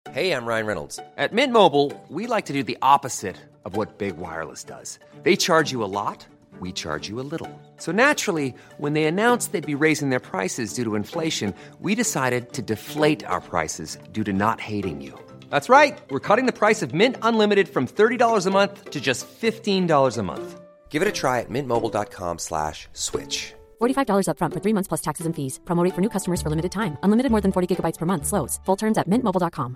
Hey, I'm Ryan Reynolds. At Mint Mobile, we like to do the opposite of what Big Wireless does. They charge you a lot, we charge you a little. So naturally, when they announced they'd be raising their prices due to inflation, we decided to deflate our prices due to not hating you. That's right. We're cutting the price of Mint Unlimited from $30 a month to just $15 a month. Give it a try at mintmobile.com/switch. $45 up front for 3 months plus taxes and fees. Promo rate for new customers for limited time. Unlimited more than 40 gigabytes per month. Slows full terms at mintmobile.com.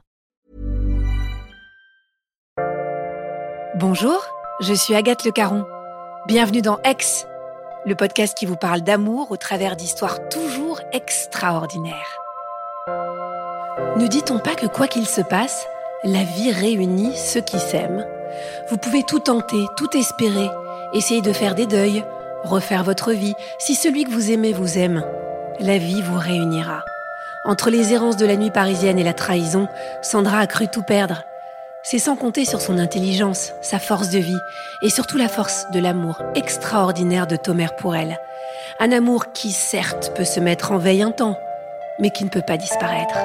Bonjour, je suis Agathe Le Caron. Bienvenue dans Aix, le podcast qui vous parle d'amour au travers d'histoires toujours extraordinaires. Ne dit-on pas que quoi qu'il se passe, la vie réunit ceux qui s'aiment ? Vous pouvez tout tenter, tout espérer, essayer de faire des deuils, refaire votre vie. Si celui que vous aimez vous aime, la vie vous réunira. Entre les errances de la nuit parisienne et la trahison, Sandra a cru tout perdre. C'est sans compter sur son intelligence, sa force de vie et surtout la force de l'amour extraordinaire de Thomer pour elle. Un amour qui, certes, peut se mettre en veille un temps, mais qui ne peut pas disparaître.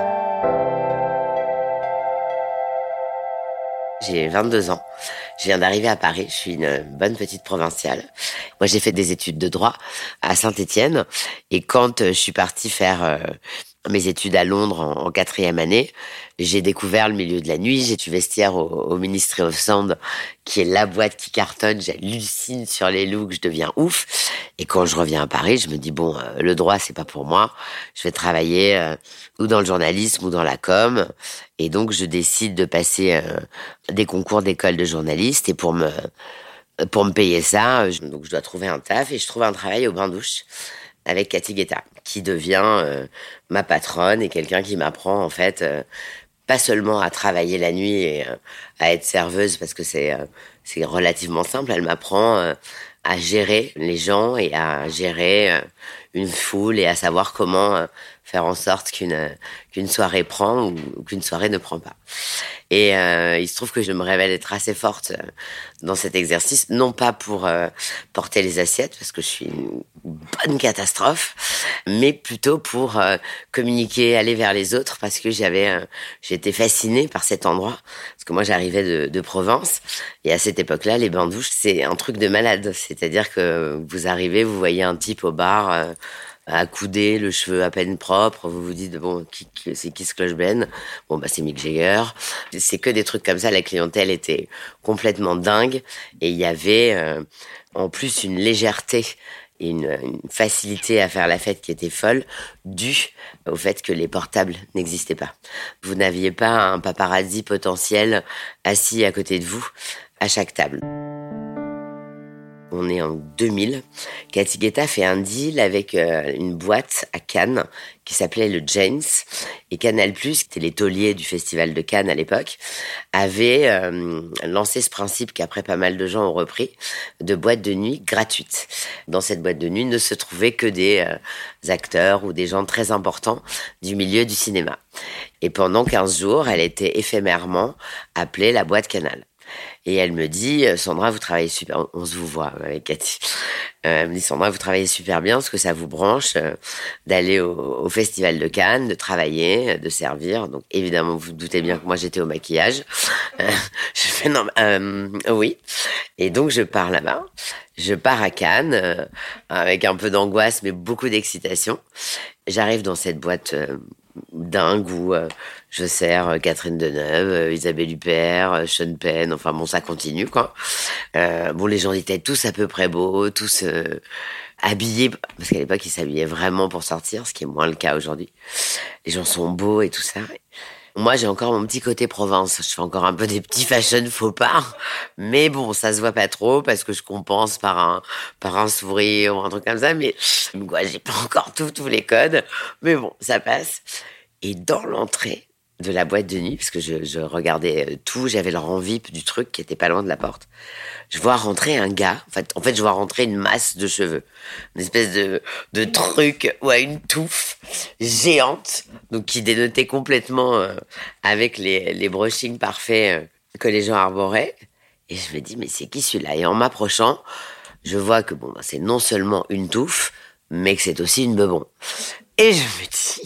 J'ai 22 ans. Je viens d'arriver à Paris. Je suis une bonne petite provinciale. Moi, j'ai fait des études de droit à Saint-Étienne. Et quand je suis partie faire mes études à Londres en 4e année, j'ai découvert le milieu de la nuit. J'ai du vestiaire au Ministry of Sound, qui est la boîte qui cartonne. J'hallucine sur les looks, je deviens ouf. Et quand je reviens à Paris, je me dis, bon, le droit, c'est pas pour moi. Je vais travailler ou dans le journalisme ou dans la com. Et donc, je décide de passer des concours d'école de journaliste. Et pour me payer ça, donc je dois trouver un taf. Et je trouve un travail au bain-douche avec Cathy Guetta, qui devient ma patronne et quelqu'un qui m'apprend, en fait, pas seulement à travailler la nuit et à être serveuse, parce que c'est relativement simple. Elle m'apprend à gérer les gens et à gérer une foule et à savoir comment faire en sorte qu'une soirée prend ou qu'une soirée ne prend pas. Et il se trouve que je me révèle être assez forte dans cet exercice, non pas pour porter les assiettes, parce que je suis une bonne catastrophe, mais plutôt pour communiquer, aller vers les autres, parce que j'étais fascinée par cet endroit, parce que moi j'arrivais de Provence, et à cette époque-là, les bains-douches, c'est un truc de malade, c'est-à-dire que vous arrivez, vous voyez un type au bar, accoudé, le cheveu à peine propre, vous vous dites, bon, c'est qui ce cloche-benne ? Bon, bah, c'est Mick Jagger. C'est que des trucs comme ça, la clientèle était complètement dingue, et il y avait, en plus, une légèreté et une facilité à faire la fête qui était folle, due au fait que les portables n'existaient pas. Vous n'aviez pas un paparazzi potentiel assis à côté de vous, à chaque table. On est en 2000. Cathy Guetta fait un deal avec une boîte à Cannes qui s'appelait le Janes. Et Canal+, qui était les tauliers du festival de Cannes à l'époque, avait lancé ce principe qu'après pas mal de gens ont repris, de boîte de nuit gratuite. Dans cette boîte de nuit ne se trouvaient que des acteurs ou des gens très importants du milieu du cinéma. Et pendant 15 jours, elle était éphémèrement appelée la boîte Canal. Et elle me dit, Sandra, vous travaillez super... On se vous voit avec Cathy. Elle me dit, Sandra, vous travaillez super bien, est-ce que ça vous branche d'aller au Festival de Cannes, de travailler, de servir ? Donc évidemment, vous vous doutez bien que moi, j'étais au maquillage. Je fais, non, oui. Et donc, je pars là-bas. Je pars à Cannes, avec un peu d'angoisse, mais beaucoup d'excitation. J'arrive dans cette boîte... dingue où je sers Catherine Deneuve, Isabelle Huppert, Sean Penn, enfin bon, ça continue, quoi. Bon, les gens étaient tous à peu près beaux, tous habillés, parce qu'à l'époque, ils s'habillaient vraiment pour sortir, ce qui est moins le cas aujourd'hui. Les gens sont beaux et tout ça. Moi, j'ai encore mon petit côté Provence. Je fais encore un peu des petits fashion faux pas. Mais bon, ça se voit pas trop parce que je compense par un sourire ou un truc comme ça. Mais quoi, j'ai pas encore tous les codes. Mais bon, ça passe. Et dans l'entrée de la boîte de nuit, parce que je regardais tout, j'avais le rang VIP du truc qui était pas loin de la porte. Je vois rentrer un gars. En fait, je vois rentrer une masse de cheveux. Une espèce de truc, ouais, une touffe géante, donc qui dénotait complètement avec les brushings parfaits que les gens arboraient. Et je me dis, mais c'est qui celui-là ? Et en m'approchant, je vois que bon, c'est non seulement une touffe, mais que c'est aussi une bebon. Et je me dis,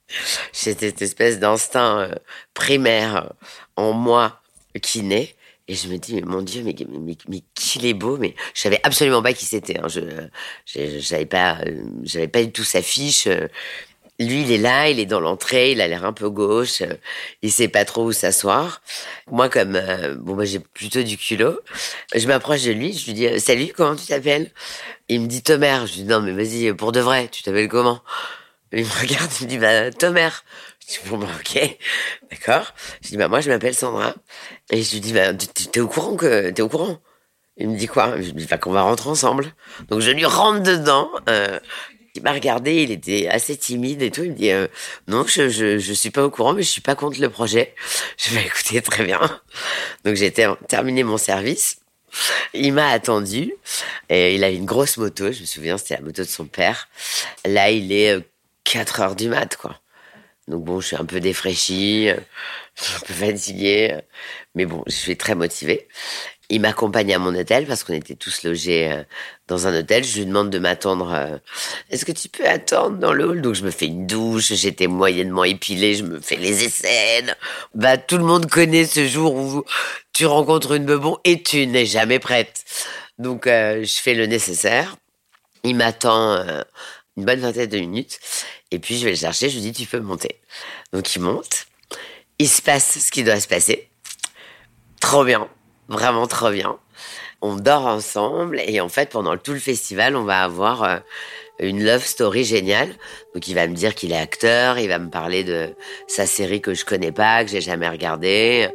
J'ai cette espèce d'instinct primaire en moi qui naît. Et je me dis, mais mon Dieu, mais qu'il est beau. Mais je savais absolument pas qui c'était. Hein. J'avais pas du tout sa fiche. Lui, il est là, il est dans l'entrée, il a l'air un peu gauche, il sait pas trop où s'asseoir. Moi, comme moi j'ai plutôt du culot, je m'approche de lui, je lui dis salut, comment tu t'appelles? Il me dit Tomer. Je lui dis non mais vas-y, pour de vrai, tu t'appelles comment? Il me regarde, il me dit bah Tomer. Je dis bon bah ok, d'accord. Je dis bah moi je m'appelle Sandra. Et je lui dis bah t'es au courant que t'es au courant? Il me dit quoi? Je lui dis bah qu'on va rentrer ensemble. Donc je lui rentre dedans. Il m'a regardé, il était assez timide et tout. Il me dit non, je suis pas au courant, mais je suis pas contre le projet. Je vais écouter très bien. Donc j'ai terminé mon service. Il m'a attendu et il a une grosse moto. Je me souviens, c'était la moto de son père. Là, il est 4 heures du mat, quoi. Donc bon, je suis un peu défraîchie, je suis un peu fatiguée, mais bon, je suis très motivée. Il m'accompagne à mon hôtel parce qu'on était tous logés dans un hôtel. Je lui demande de m'attendre. Est-ce que tu peux attendre dans le hall? Donc je me fais une douche, j'étais moyennement épilée, je me fais les aisselles. Bah tout le monde connaît ce jour où tu rencontres une bebon et tu n'es jamais prête. Donc je fais le nécessaire. Il m'attend une bonne vingtaine de minutes et puis je vais le chercher. Je lui dis tu peux monter. Donc il monte. Il se passe ce qui doit se passer. Trop bien. Vraiment trop bien. On dort ensemble et en fait, pendant tout le festival, on va avoir une love story géniale. Donc, il va me dire qu'il est acteur, il va me parler de sa série que je connais pas, que j'ai jamais regardée.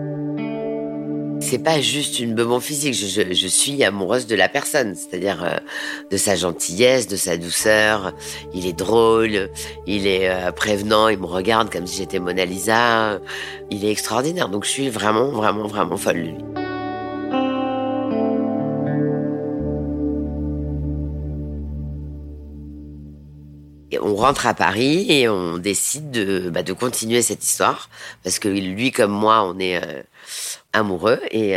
C'est pas juste une bebon physique, je suis amoureuse de la personne, c'est-à-dire de sa gentillesse, de sa douceur. Il est drôle, il est prévenant, il me regarde comme si j'étais Mona Lisa. Il est extraordinaire, donc je suis vraiment, vraiment, vraiment folle de lui. Et on rentre à Paris et on décide de continuer cette histoire parce que lui comme moi, on est amoureux et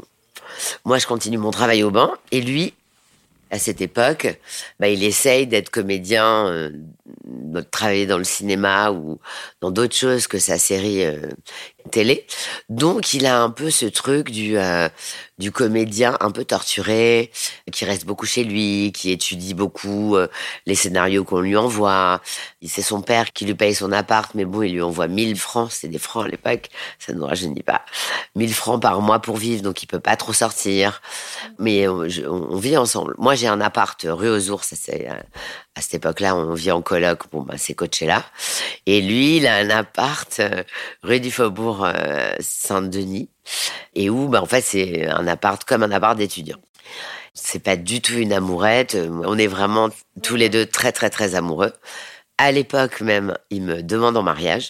moi je continue mon travail au bain et lui à cette époque il essaye d'être comédien, de travailler dans le cinéma ou dans d'autres choses que sa série télé. Donc il a un peu ce truc du comédien un peu torturé, qui reste beaucoup chez lui, qui étudie beaucoup les scénarios qu'on lui envoie. C'est son père qui lui paye son appart, mais bon, il lui envoie 1000 francs, c'est des francs à l'époque, ça ne nous rajeunit pas. 1000 francs par mois pour vivre, donc il peut pas trop sortir. Mais on vit ensemble. Moi, j'ai un appart rue aux Ours, c'est à cette époque-là, on vit en coloc, c'est Coachella. Et lui, il a un appart rue du Faubourg Saint-Denis, et où, en fait, c'est un appart comme un appart d'étudiant. C'est pas du tout une amourette. On est vraiment tous les deux très, très, très amoureux. À l'époque même, il me demande en mariage.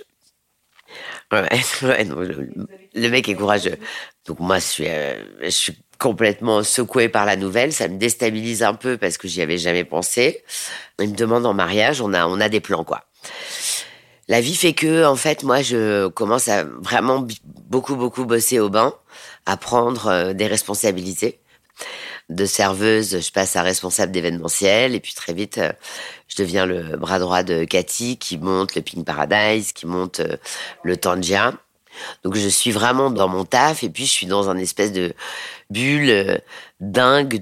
Ouais, non, le mec est courageux. Donc moi, je suis complètement secouée par la nouvelle. Ça me déstabilise un peu parce que j'y avais jamais pensé. Il me demande en mariage. On a des plans, quoi. La vie fait que, en fait, moi, je commence à vraiment beaucoup, beaucoup bosser au bain, à prendre des responsabilités. De serveuse, je passe à responsable d'événementiel et puis très vite, je deviens le bras droit de Cathy qui monte le Pink Paradise, qui monte le Tangia. Donc je suis vraiment dans mon taf et puis je suis dans un espèce de bulle dingue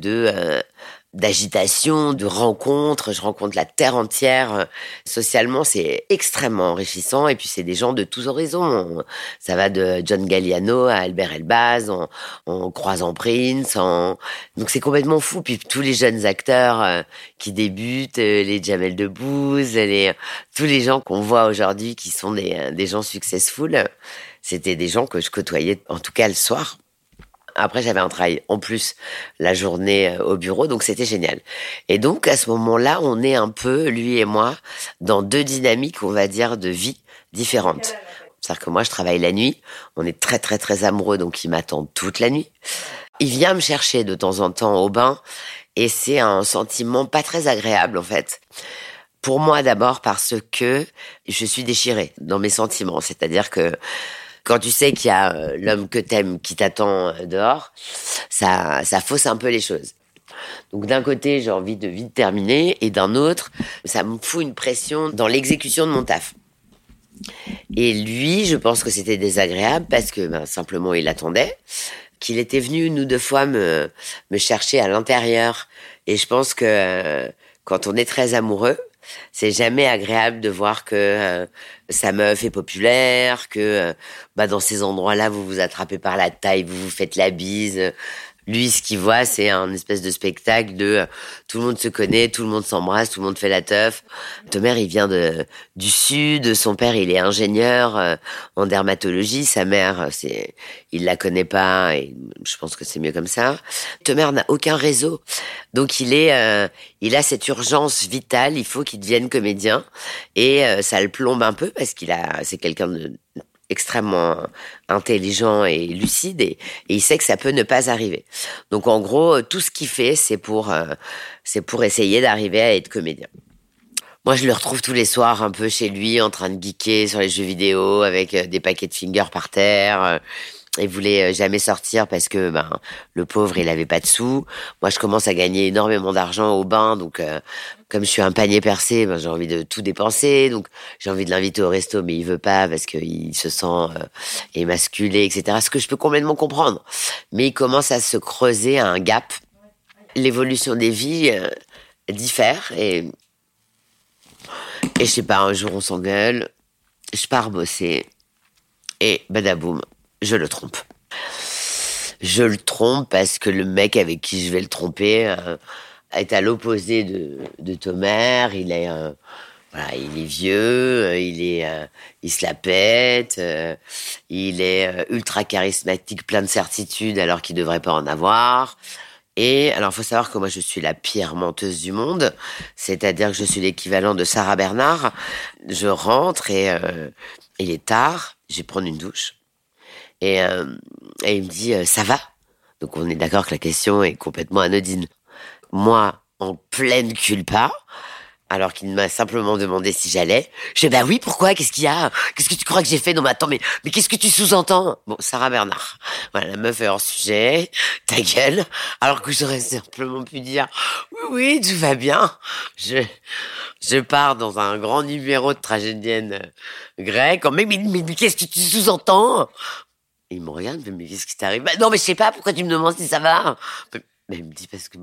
d'agitation, de rencontres. Je rencontre la terre entière. Socialement, c'est extrêmement enrichissant. Et puis, c'est des gens de tous horizons. Ça va de John Galliano à Albert Elbaz, en croisant Prince. Donc, c'est complètement fou. Puis, tous les jeunes acteurs qui débutent, les Jamel Debbouze, tous les gens qu'on voit aujourd'hui qui sont des gens successful, c'était des gens que je côtoyais, en tout cas le soir. Après, j'avais un travail en plus la journée au bureau, donc c'était génial. Et donc, à ce moment-là, on est un peu, lui et moi, dans deux dynamiques, on va dire, de vie différentes. C'est-à-dire que moi, je travaille la nuit, on est très, très, très amoureux, donc il m'attend toute la nuit. Il vient me chercher de temps en temps au bain, et c'est un sentiment pas très agréable, en fait. Pour moi, d'abord, parce que je suis déchirée dans mes sentiments. C'est-à-dire que quand tu sais qu'il y a l'homme que t'aimes qui t'attend dehors, ça fausse un peu les choses. Donc d'un côté, j'ai envie de vite terminer, et d'un autre, ça me fout une pression dans l'exécution de mon taf. Et lui, je pense que c'était désagréable parce que simplement il attendait, qu'il était venu une ou deux fois me chercher à l'intérieur. Et je pense que quand on est très amoureux, c'est jamais agréable de voir que sa meuf est populaire, que dans ces endroits-là, vous vous attrapez par la taille, vous vous faites la bise. Lui, ce qu'il voit, c'est un espèce de spectacle de tout le monde se connaît, tout le monde s'embrasse, tout le monde fait la teuf. Thomas, il vient du sud, son père, il est ingénieur en dermatologie, sa mère, il la connaît pas et je pense que c'est mieux comme ça. Thomas n'a aucun réseau, donc il a cette urgence vitale, il faut qu'il devienne comédien et ça le plombe un peu parce c'est quelqu'un de extrêmement intelligent et lucide et il sait que ça peut ne pas arriver. Donc en gros, tout ce qu'il fait, c'est pour essayer d'arriver à être comédien. Moi, je le retrouve tous les soirs un peu chez lui, en train de geeker sur les jeux vidéo avec des paquets de fingers par terre. Il voulait jamais sortir parce que le pauvre, il avait pas de sous. Moi, je commence à gagner énormément d'argent au bain, donc comme je suis un panier percé, j'ai envie de tout dépenser. Donc j'ai envie de l'inviter au resto, mais il veut pas parce qu'il se sent émasculé, etc. Ce que je peux complètement comprendre. Mais il commence à se creuser un gap. L'évolution des vies diffère et je sais pas. Un jour, on s'engueule, je pars bosser et badaboum. Je le trompe. Je le trompe parce que le mec avec qui je vais le tromper est à l'opposé de Thomas. Il est vieux, il se la pète, il est ultra charismatique, plein de certitudes alors qu'il devrait pas en avoir. Et alors, faut savoir que moi, je suis la pire menteuse du monde. C'est-à-dire que je suis l'équivalent de Sarah Bernard. Je rentre et il est tard. Je vais prendre une douche. Et il me dit « ça va ?» Donc on est d'accord que la question est complètement anodine. Moi, en pleine culpa, alors qu'il m'a simplement demandé si j'allais, je dis « oui, pourquoi ? Qu'est-ce qu'il y a ? Qu'est-ce que tu crois que j'ai fait ? Non mais attends, mais qu'est-ce que tu sous-entends ?» Bon, Sarah Bernard. Voilà, la meuf est hors sujet, ta gueule. Alors que j'aurais simplement pu dire « oui, tout va bien. » Je pars dans un grand numéro de tragédienne grecque. Mais qu'est-ce que tu sous-entends ? Il me regarde, mais qu'est-ce qui t'arrive ? Non, mais je sais pas, pourquoi tu me demandes si ça va ? Mais il me dit parce que,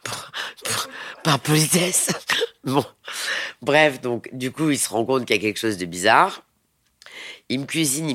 par politesse. Bon, bref, donc, du coup, il se rend compte qu'il y a quelque chose de bizarre. Il me cuisine.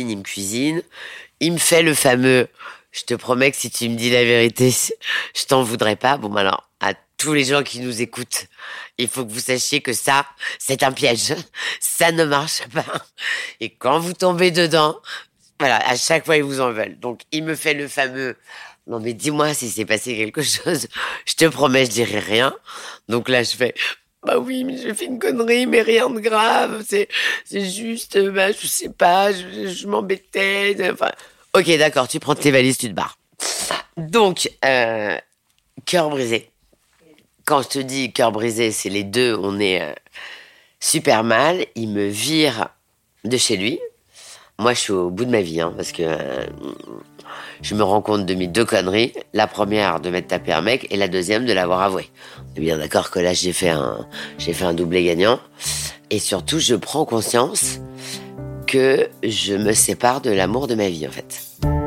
Il me fait le fameux « je te promets que si tu me dis la vérité, je t'en voudrais pas ». Bon, alors, à tous les gens qui nous écoutent, il faut que vous sachiez que ça, c'est un piège. Ça ne marche pas. Et quand vous tombez dedans... Voilà, à chaque fois, ils vous en veulent. Donc, il me fait le fameux « non, mais dis-moi si s'est passé quelque chose. Je te promets, je dirai rien. » Donc là, je fais « bah oui, mais j'ai fait une connerie, mais rien de grave. C'est juste, je sais pas, je m'embêtais. » Enfin, ok, d'accord, tu prends tes valises, tu te barres. Donc, cœur brisé. Quand je te dis cœur brisé, c'est les deux, on est super mal. Il me vire de chez lui. Moi, je suis au bout de ma vie, parce que je me rends compte de mes deux conneries. La première, de m'être tapé un mec, et la deuxième, de l'avoir avoué. On est bien d'accord que là, j'ai fait un doublé gagnant. Et surtout, je prends conscience que je me sépare de l'amour de ma vie, en fait.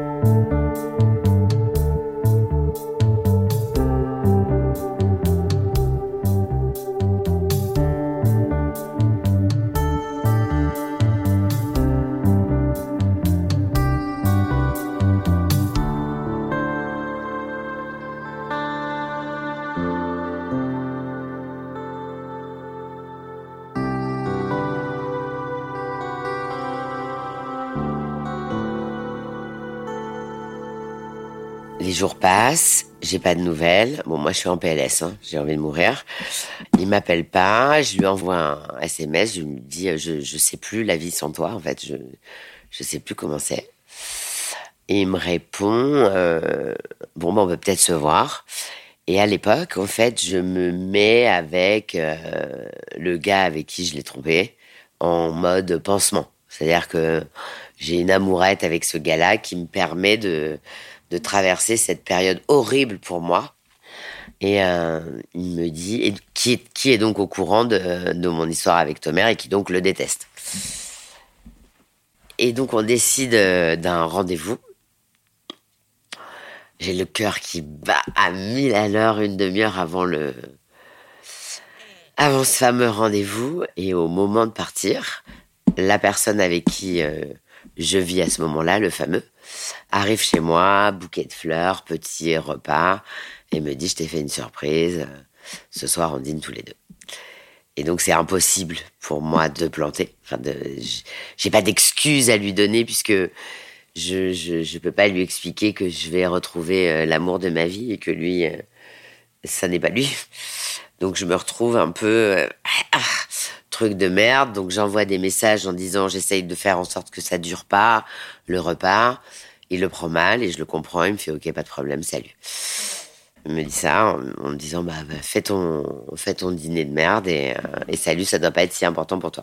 Les jours passent, j'ai pas de nouvelles. Bon, moi, je suis en PLS, j'ai envie de mourir. Il m'appelle pas, je lui envoie un SMS, je me dis, je sais plus la vie sans toi, en fait, je sais plus comment c'est. Et il me répond, on peut peut-être se voir. Et à l'époque, en fait, je me mets avec le gars avec qui je l'ai trompé en mode pansement. C'est-à-dire que j'ai une amourette avec ce gars-là qui me permet de traverser cette période horrible pour moi. Et il me dit, qui est donc au courant de mon histoire avec Thomas et qui donc le déteste. Et donc, on décide d'un rendez-vous. J'ai le cœur qui bat à 1000 à l'heure, une demi-heure avant ce fameux rendez-vous. Et au moment de partir, la personne avec qui je vis à ce moment-là, le fameux, arrive chez moi, bouquet de fleurs, petit repas, et me dit « Je t'ai fait une surprise, ce soir on dîne tous les deux ». Et donc c'est impossible pour moi de planter. J'ai pas d'excuse à lui donner puisque je peux pas lui expliquer que je vais retrouver l'amour de ma vie et que lui, ça n'est pas lui. Donc je me retrouve un peu truc de merde. Donc j'envoie des messages en disant j'essaye de faire en sorte que ça dure pas le repas. Il le prend mal et je le comprends. Il me fait ok, pas de problème, salut. Il me dit ça en me disant fais ton dîner de merde et salut, ça doit pas être si important pour toi.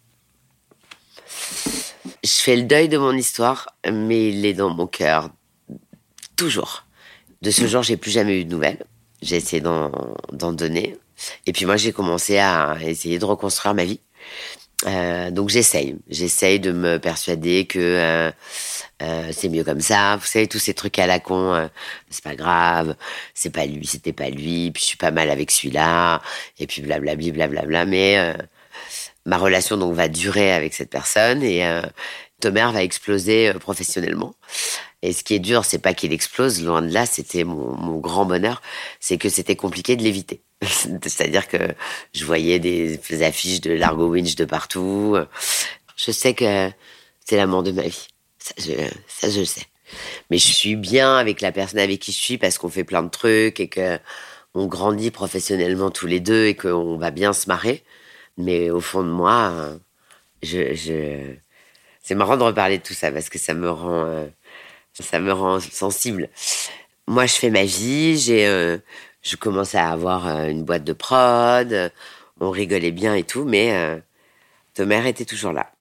Je fais le deuil de mon histoire, mais il est dans mon cœur toujours. De ce jour, j'ai plus jamais eu de nouvelles. J'ai essayé d'en donner. Et puis moi, j'ai commencé à essayer de reconstruire ma vie. Donc j'essaye de me persuader que c'est mieux comme ça. Vous savez, tous ces trucs à la con, c'est pas grave, c'est pas lui, c'était pas lui, puis je suis pas mal avec celui-là, et puis blablabli, blablabla. Mais ma relation donc va durer avec cette personne et Tomer va exploser professionnellement. Et ce qui est dur, c'est pas qu'il explose, loin de là, c'était mon grand bonheur, c'est que c'était compliqué de l'éviter. C'est-à-dire que je voyais des affiches de Largo Winch de partout. Je sais que c'est l'amour de ma vie. Ça, je le sais. Mais je suis bien avec la personne avec qui je suis parce qu'on fait plein de trucs et que on grandit professionnellement tous les deux et qu'on va bien se marrer. Mais au fond de moi, c'est marrant de reparler de tout ça parce que ça me rend sensible. Moi, je fais ma vie, je commence à avoir une boîte de prod, on rigolait bien et tout, mais Tomer était toujours là.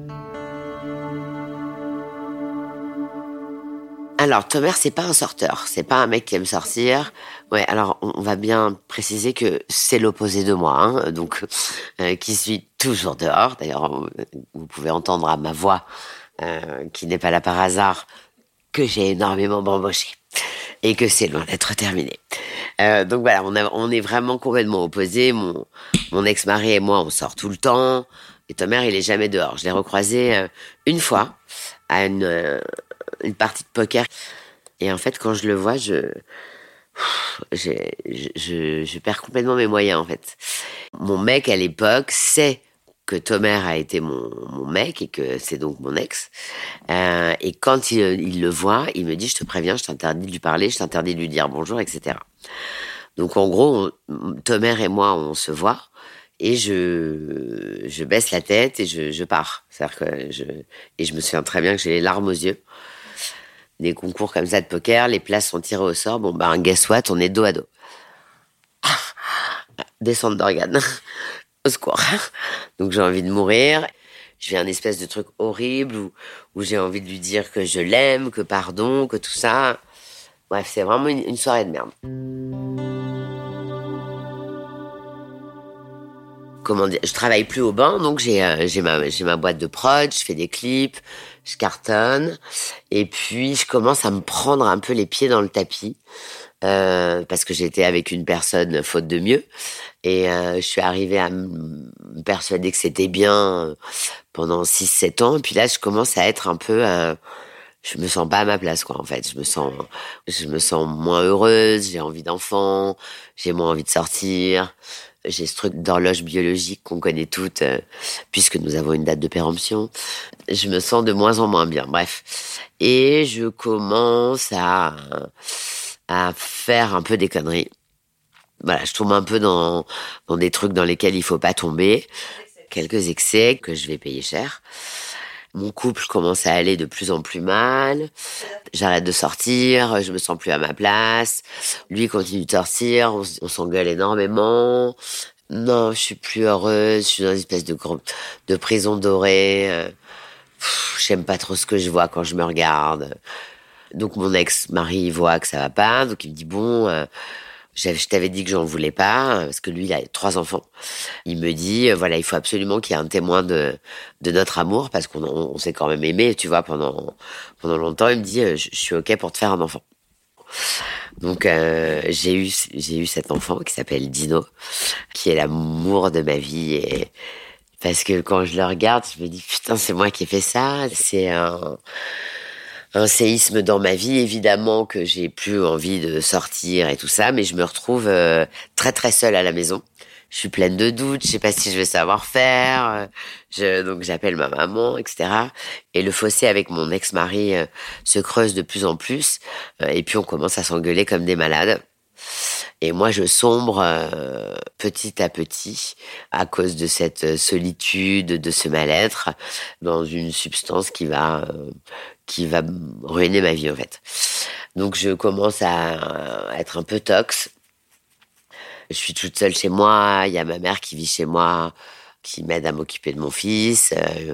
Alors, Tomer, c'est pas un sorteur, c'est pas un mec qui aime sortir. Ouais, alors on va bien préciser que c'est l'opposé de moi, hein, donc qui suis toujours dehors. D'ailleurs, vous pouvez entendre à ma voix, qui n'est pas là par hasard, que j'ai énormément bamboché et que c'est loin d'être terminé. Donc voilà, on est vraiment complètement opposés. Mon ex-mari et moi, on sort tout le temps. Et Tomer, il est jamais dehors. Je l'ai recroisé une fois à une partie de poker. Et en fait, quand je le vois, je perds complètement mes moyens, en fait. Mon mec, à l'époque, sait que Tomer a été mon mec et que c'est donc mon ex. Et quand il le voit, il me dit « Je te préviens, je t'interdis de lui parler, je t'interdis de lui dire bonjour, etc. » Donc, en gros, Tomer et moi, on se voit et je baisse la tête et je pars. C'est-à-dire que je me souviens très bien que j'ai les larmes aux yeux. Des concours comme ça de poker, les places sont tirées au sort. Bon, guess what, on est dos à dos. Descente d'organes. Au secours. Donc j'ai envie de mourir. Je vis un espèce de truc horrible où j'ai envie de lui dire que je l'aime, que pardon, que tout ça. Bref, c'est vraiment une soirée de merde. Comment dire, je travaille plus au banc, donc j'ai ma boîte de prod, je fais des clips, je cartonne, et puis je commence à me prendre un peu les pieds dans le tapis, parce que j'étais avec une personne faute de mieux, et je suis arrivée à me persuader que c'était bien pendant 6-7 ans, et puis là je commence à être un peu... je me sens pas à ma place, quoi, en fait. Je me sens moins heureuse, j'ai envie d'enfants, j'ai moins envie de sortir. J'ai ce truc d'horloge biologique qu'on connaît toutes, puisque nous avons une date de péremption. Je me sens de moins en moins bien, bref. Et je commence à faire un peu des conneries. Voilà, je tombe un peu dans des trucs dans lesquels il faut pas tomber. Quelques excès que je vais payer cher. Mon couple commence à aller de plus en plus mal. J'arrête de sortir, je me sens plus à ma place. Lui continue de sortir, on s'engueule énormément. Non, je suis plus heureuse, je suis dans une espèce de prison dorée. J'aime pas trop ce que je vois quand je me regarde. Donc mon ex-mari voit que ça va pas, donc il me dit bon, Je t'avais dit que j'en voulais pas, parce que lui, il a 3 enfants. Il me dit, voilà, il faut absolument qu'il y ait un témoin de notre amour, parce qu'on s'est quand même aimé, tu vois, pendant longtemps. Il me dit, je suis OK pour te faire un enfant. Donc, j'ai eu cet enfant qui s'appelle Dino, qui est l'amour de ma vie. Et parce que quand je le regarde, je me dis, putain, c'est moi qui ai fait ça. C'est un séisme dans ma vie, évidemment que j'ai plus envie de sortir et tout ça, mais je me retrouve très très seule à la maison. Je suis pleine de doutes, je sais pas si je vais savoir faire. Donc j'appelle ma maman, etc. Et le fossé avec mon ex-mari se creuse de plus en plus. Et puis on commence à s'engueuler comme des malades. Et moi, je sombre petit à petit à cause de cette solitude, de ce mal-être, dans une substance qui va ruiner ma vie, en fait. Donc, je commence à être un peu tox. Je suis toute seule chez moi. Il y a ma mère qui vit chez moi, qui m'aide à m'occuper de mon fils.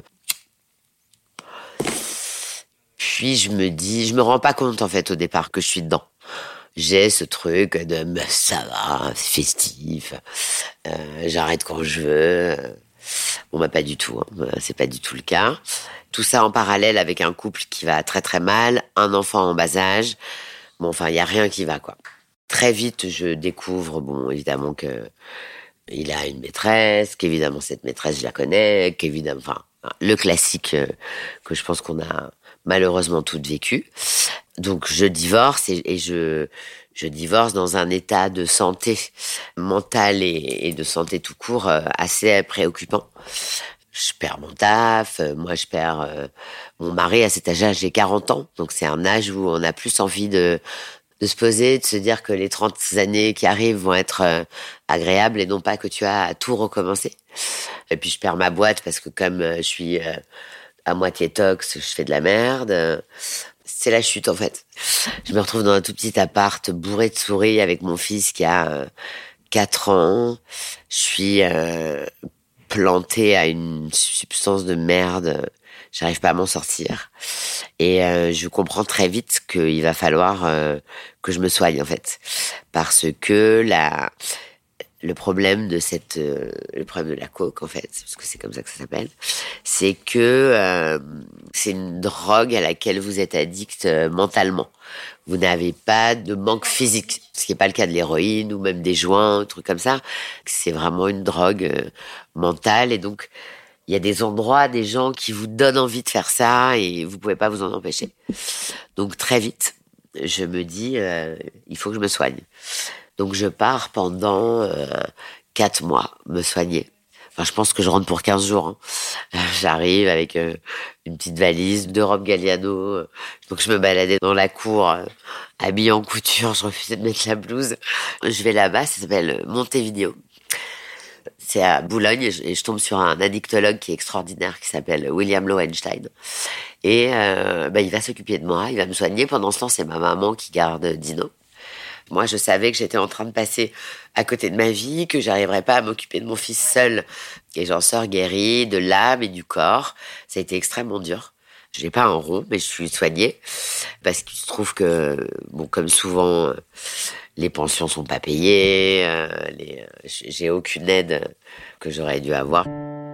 Puis, je me rends pas compte, en fait, au départ, que je suis dedans. J'ai ce truc de ça va, c'est festif, j'arrête quand je veux. Bon, bah pas du tout, hein. C'est pas du tout le cas. Tout ça en parallèle avec un couple qui va très très mal, un enfant en bas âge. Bon, enfin, il y a rien qui va, quoi. Très vite, je découvre, bon, évidemment que il a une maîtresse, qu'évidemment cette maîtresse, je la connais, qu'évidemment, enfin, le classique que je pense qu'on a malheureusement toutes vécu. Donc je divorce et je divorce dans un état de santé mentale et de santé tout court assez préoccupant. Je perds mon taf, moi je perds mon mari à cet âge-là, j'ai 40 ans. Donc c'est un âge où on a plus envie de se poser, de se dire que les 30 années qui arrivent vont être agréables et non pas que tu as à tout recommencer. Et puis je perds ma boîte parce que comme je suis à moitié tox, je fais de la merde. C'est la chute, en fait. Je me retrouve dans un tout petit appart bourré de souris avec mon fils qui a 4 ans. Je suis plantée à une substance de merde. J'arrive pas à m'en sortir. Et je comprends très vite qu'il va falloir que je me soigne, en fait. Parce que le problème de le problème de la coke, en fait, parce que c'est comme ça que ça s'appelle, c'est que c'est une drogue à laquelle vous êtes addict mentalement. Vous n'avez pas de manque physique, ce qui n'est pas le cas de l'héroïne ou même des joints, des trucs comme ça. C'est vraiment une drogue mentale et donc il y a des endroits, des gens qui vous donnent envie de faire ça et vous pouvez pas vous en empêcher. Donc très vite, je me dis, il faut que je me soigne. Donc je pars pendant 4 mois me soigner. Enfin, je pense que je rentre pour 15 jours. Hein. J'arrive avec une petite valise, 2 robes Galliano. Donc je me baladais dans la cour, habillée en couture. Je refusais de mettre la blouse. Je vais là-bas, ça s'appelle Montevideo. C'est à Boulogne et je tombe sur un addictologue qui est extraordinaire, qui s'appelle William Lowenstein. Et il va s'occuper de moi, il va me soigner. Pendant ce temps, c'est ma maman qui garde Dino. Moi, je savais que j'étais en train de passer à côté de ma vie, que j'arriverais pas à m'occuper de mon fils seul. Et j'en sors guérie de l'âme et du corps. Ça a été extrêmement dur. J'ai pas un rond, mais je suis soignée. Parce qu'il se trouve que, bon, comme souvent, les pensions sont pas payées, j'ai aucune aide que j'aurais dû avoir.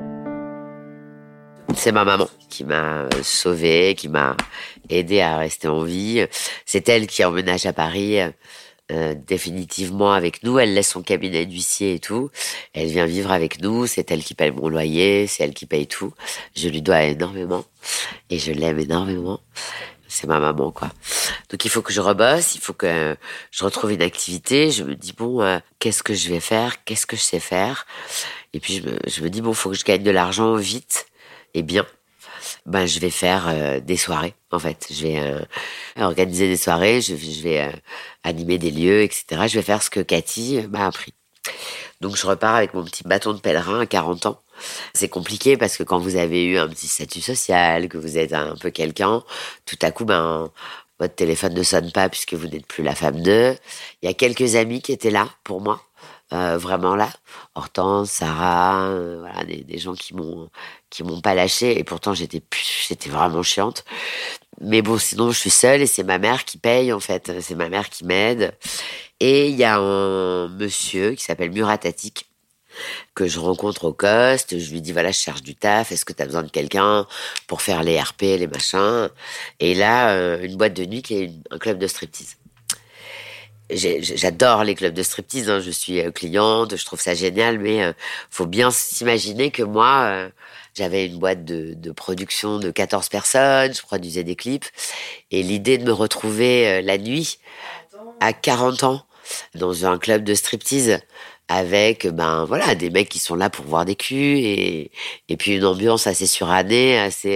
C'est ma maman qui m'a sauvée, qui m'a aidée à rester en vie. C'est elle qui emménage à Paris définitivement avec nous. Elle laisse son cabinet d'huissier et tout. Elle vient vivre avec nous. C'est elle qui paye mon loyer. C'est elle qui paye tout. Je lui dois énormément. Et je l'aime énormément. C'est ma maman, quoi. Donc il faut que je rebosse. Il faut que je retrouve une activité. Je me dis, bon, qu'est-ce que je vais faire? Qu'est-ce que je sais faire? Et puis je me dis, bon, faut que je gagne de l'argent vite et bien. Je vais faire des soirées, en fait. Je vais organiser des soirées, je vais animer des lieux, etc. Je vais faire ce que Cathy m'a appris. Donc, je repars avec mon petit bâton de pèlerin à 40 ans. C'est compliqué parce que quand vous avez eu un petit statut social, que vous êtes un peu quelqu'un, tout à coup, votre téléphone ne sonne pas puisque vous n'êtes plus la femme d'eux. Il y a quelques amis qui étaient là pour moi. vraiment là. Hortense, Sarah, voilà, des gens qui m'ont pas lâché, et pourtant j'étais vraiment chiante. Mais bon, sinon je suis seule et c'est ma mère qui paye en fait, c'est ma mère qui m'aide. Et il y a un monsieur qui s'appelle Murat Atik que je rencontre au Coste. Je lui dis voilà, je cherche du taf, est-ce que tu as besoin de quelqu'un pour faire les RP, les machins? Et là, une boîte de nuit qui est un club de striptease. J'adore les clubs de striptease, hein. Je suis cliente, je trouve ça génial, mais faut bien s'imaginer que moi, j'avais une boîte de production de 14 personnes, je produisais des clips, et l'idée de me retrouver la nuit, à 40 ans, dans un club de striptease, avec voilà, des mecs qui sont là pour voir des culs, et puis une ambiance assez surannée, assez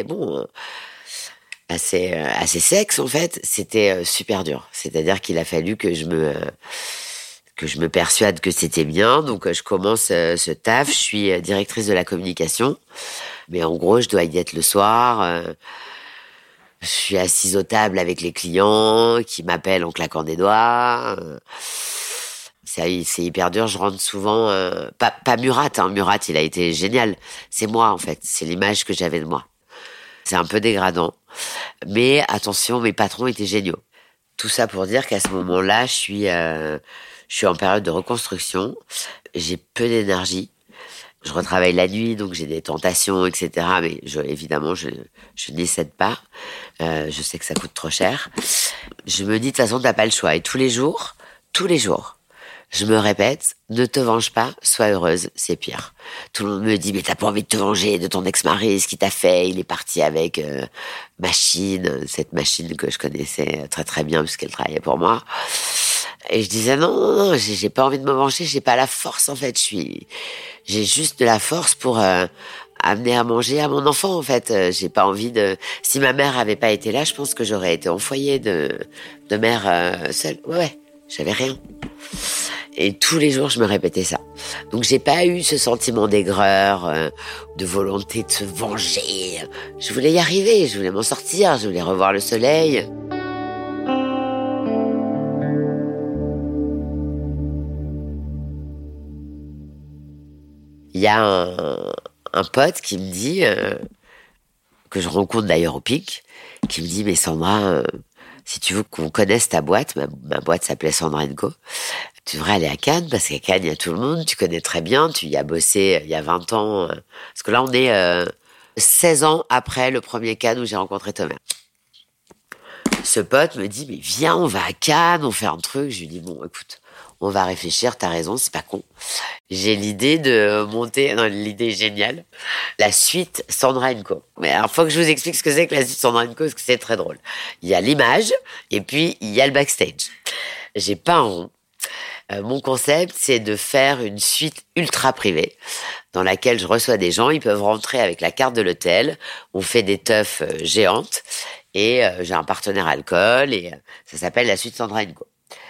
assez sexe en fait, c'était super dur. C'est-à-dire qu'il a fallu que je me persuade que c'était bien. Donc je commence ce taf, je suis directrice de la communication, mais en gros je dois y être le soir. Je suis assise aux tables avec les clients qui m'appellent en claquant des doigts. C'est hyper dur, je rentre souvent... pas Murat, hein. Murat, il a été génial. C'est moi, en fait. C'est l'image que j'avais de moi. C'est un peu dégradant. Mais attention, mes patrons étaient géniaux. Tout ça pour dire qu'à ce moment-là, je suis en période de reconstruction. J'ai peu d'énergie. Je retravaille la nuit, donc j'ai des tentations, etc. Mais évidemment, je n'y cède pas. Je sais que ça coûte trop cher. Je me dis, de toute façon, t'as pas le choix. Et tous les jours, je me répète, ne te venge pas, sois heureuse, c'est pire. Tout le monde me dit, mais t'as pas envie de te venger de ton ex-mari, ce qu'il t'a fait, il est parti avec Machine, cette machine que je connaissais très très bien puisqu'elle travaillait pour moi. Et je disais, non, j'ai pas envie de me venger, j'ai pas la force en fait, j'ai juste de la force pour amener à manger à mon enfant en fait. J'ai pas envie de... Si ma mère avait pas été là, je pense que j'aurais été en foyer de mère seule. Ouais, j'avais rien. Et tous les jours, je me répétais ça. Donc, j'ai pas eu ce sentiment d'aigreur, de volonté de se venger. Je voulais y arriver, je voulais m'en sortir, je voulais revoir le soleil. Il y a un pote qui me dit, que je rencontre d'ailleurs au PIC, qui me dit, mais Sandra, si tu veux qu'on connaisse ta boîte, ma boîte s'appelait Sandra & Co, tu devrais aller à Cannes, parce qu'à Cannes, il y a tout le monde, tu connais très bien, tu y as bossé il y a 20 ans. Parce que là, on est 16 ans après le premier Cannes où j'ai rencontré Thomas. Ce pote me dit, mais viens, on va à Cannes, on fait un truc. Je lui dis, bon, écoute, on va réfléchir, t'as raison, c'est pas con. J'ai l'idée de monter, non, l'idée est géniale, la suite Sandra & Co. Mais alors, faut que je vous explique ce que c'est que la suite Sandra & Co, parce que c'est très drôle. Il y a l'image, et puis il y a le backstage. J'ai pas un rond. Mon concept, c'est de faire une suite ultra privée dans laquelle je reçois des gens. Ils peuvent rentrer avec la carte de l'hôtel. On fait des teufs géantes et j'ai un partenaire alcool et ça s'appelle la suite Sandra & Co.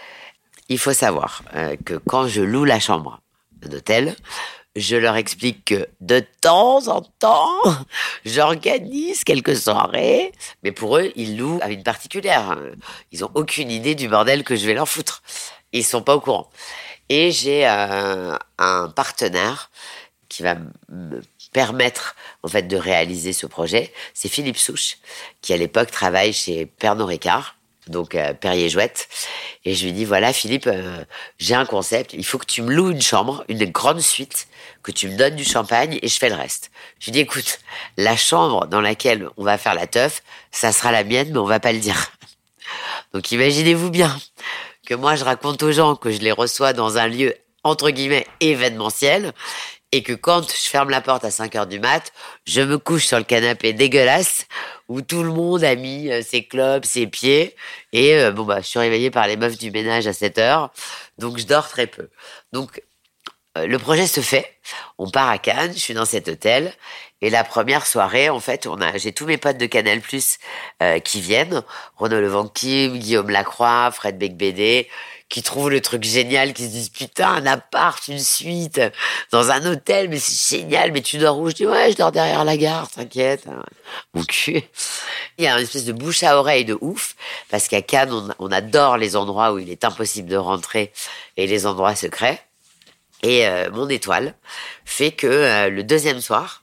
Il faut savoir que quand je loue la chambre d'hôtel, je leur explique que de temps en temps, j'organise quelques soirées, mais pour eux, ils louent à une particulière. Ils ont aucune idée du bordel que je vais leur foutre. Ils sont pas au courant. Et j'ai un partenaire qui va me permettre en fait de réaliser ce projet. C'est Philippe Souche, qui à l'époque travaille chez Pernod Ricard, donc Perrier-Jouët. Et je lui dis, voilà Philippe, j'ai un concept, il faut que tu me loues une chambre, une grande suite, que tu me donnes du champagne et je fais le reste. Je lui dis, écoute, la chambre dans laquelle on va faire la teuf, ça sera la mienne, mais on va pas le dire. Donc imaginez-vous bien que moi je raconte aux gens que je les reçois dans un lieu entre guillemets événementiel et que quand je ferme la porte à 5h du mat, je me couche sur le canapé dégueulasse où tout le monde a mis ses clopes, ses pieds et je suis réveillée par les meufs du ménage à 7h, donc je dors très peu. Donc le projet se fait, on part à Cannes, je suis dans cet hôtel et la première soirée, en fait, j'ai tous mes potes de Canal+ qui viennent, Renaud Levanquim, Guillaume Lacroix, Fred Becbédé, qui trouvent le truc génial, qui se disent putain, un appart, une suite, dans un hôtel, mais c'est génial, mais tu dors où? Je dis ouais, je dors derrière la gare, t'inquiète. Mon cul. Il y a une espèce de bouche à oreille de ouf, parce qu'à Cannes, on adore les endroits où il est impossible de rentrer et les endroits secrets. Et mon étoile fait que le deuxième soir,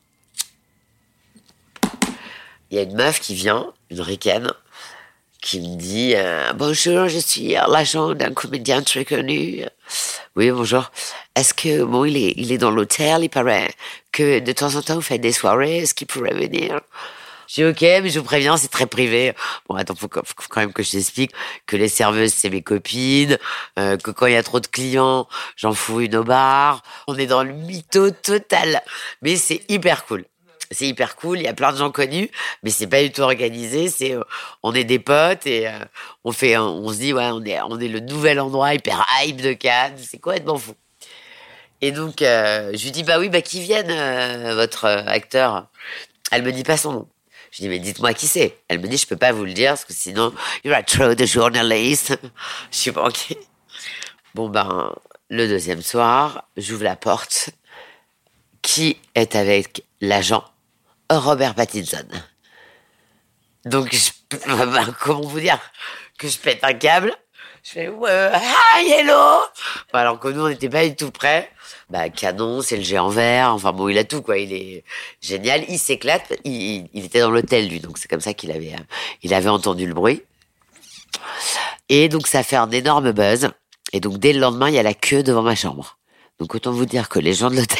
il y a une meuf qui vient, une ricaine, qui me dit « Bonjour, je suis l'agent d'un comédien très connu. » Oui, bonjour. Est-ce que, bon, il est dans l'hôtel, il paraît que de temps en temps, vous faites des soirées, est-ce qu'il pourrait venir? Je dis « Ok, mais je vous préviens, c'est très privé. » Bon, attends, faut quand même que je t'explique que les serveuses, c'est mes copines, que quand il y a trop de clients, j'en fous une au bar. On est dans le mytho total. Mais c'est hyper cool. C'est hyper cool, il y a plein de gens connus, mais c'est pas du tout organisé, on est des potes et on se dit ouais, on est le nouvel endroit hyper hype de Cannes, c'est complètement fou. Et donc je lui dis bah oui, bah qui vienne votre acteur. Elle me dit pas son nom. Je dis mais dites-moi qui c'est. Elle me dit je peux pas vous le dire parce que sinon il y aura trop de journalistes. Je suis pas ok. Bon ben le deuxième soir, j'ouvre la porte. Qui est avec l'agent Robert Pattinson. Donc, comment vous dire que je pète un câble. Je fais hi, hello. Alors que nous, on n'était pas du tout prêts. Bah, canon, c'est le géant vert. Enfin bon, il a tout, quoi. Il est génial. Il s'éclate. Il était dans l'hôtel, lui. Donc, c'est comme ça qu'il avait entendu le bruit. Et donc, ça fait un énorme buzz. Et donc, dès le lendemain, il y a la queue devant ma chambre. Donc, autant vous dire que les gens de l'hôtel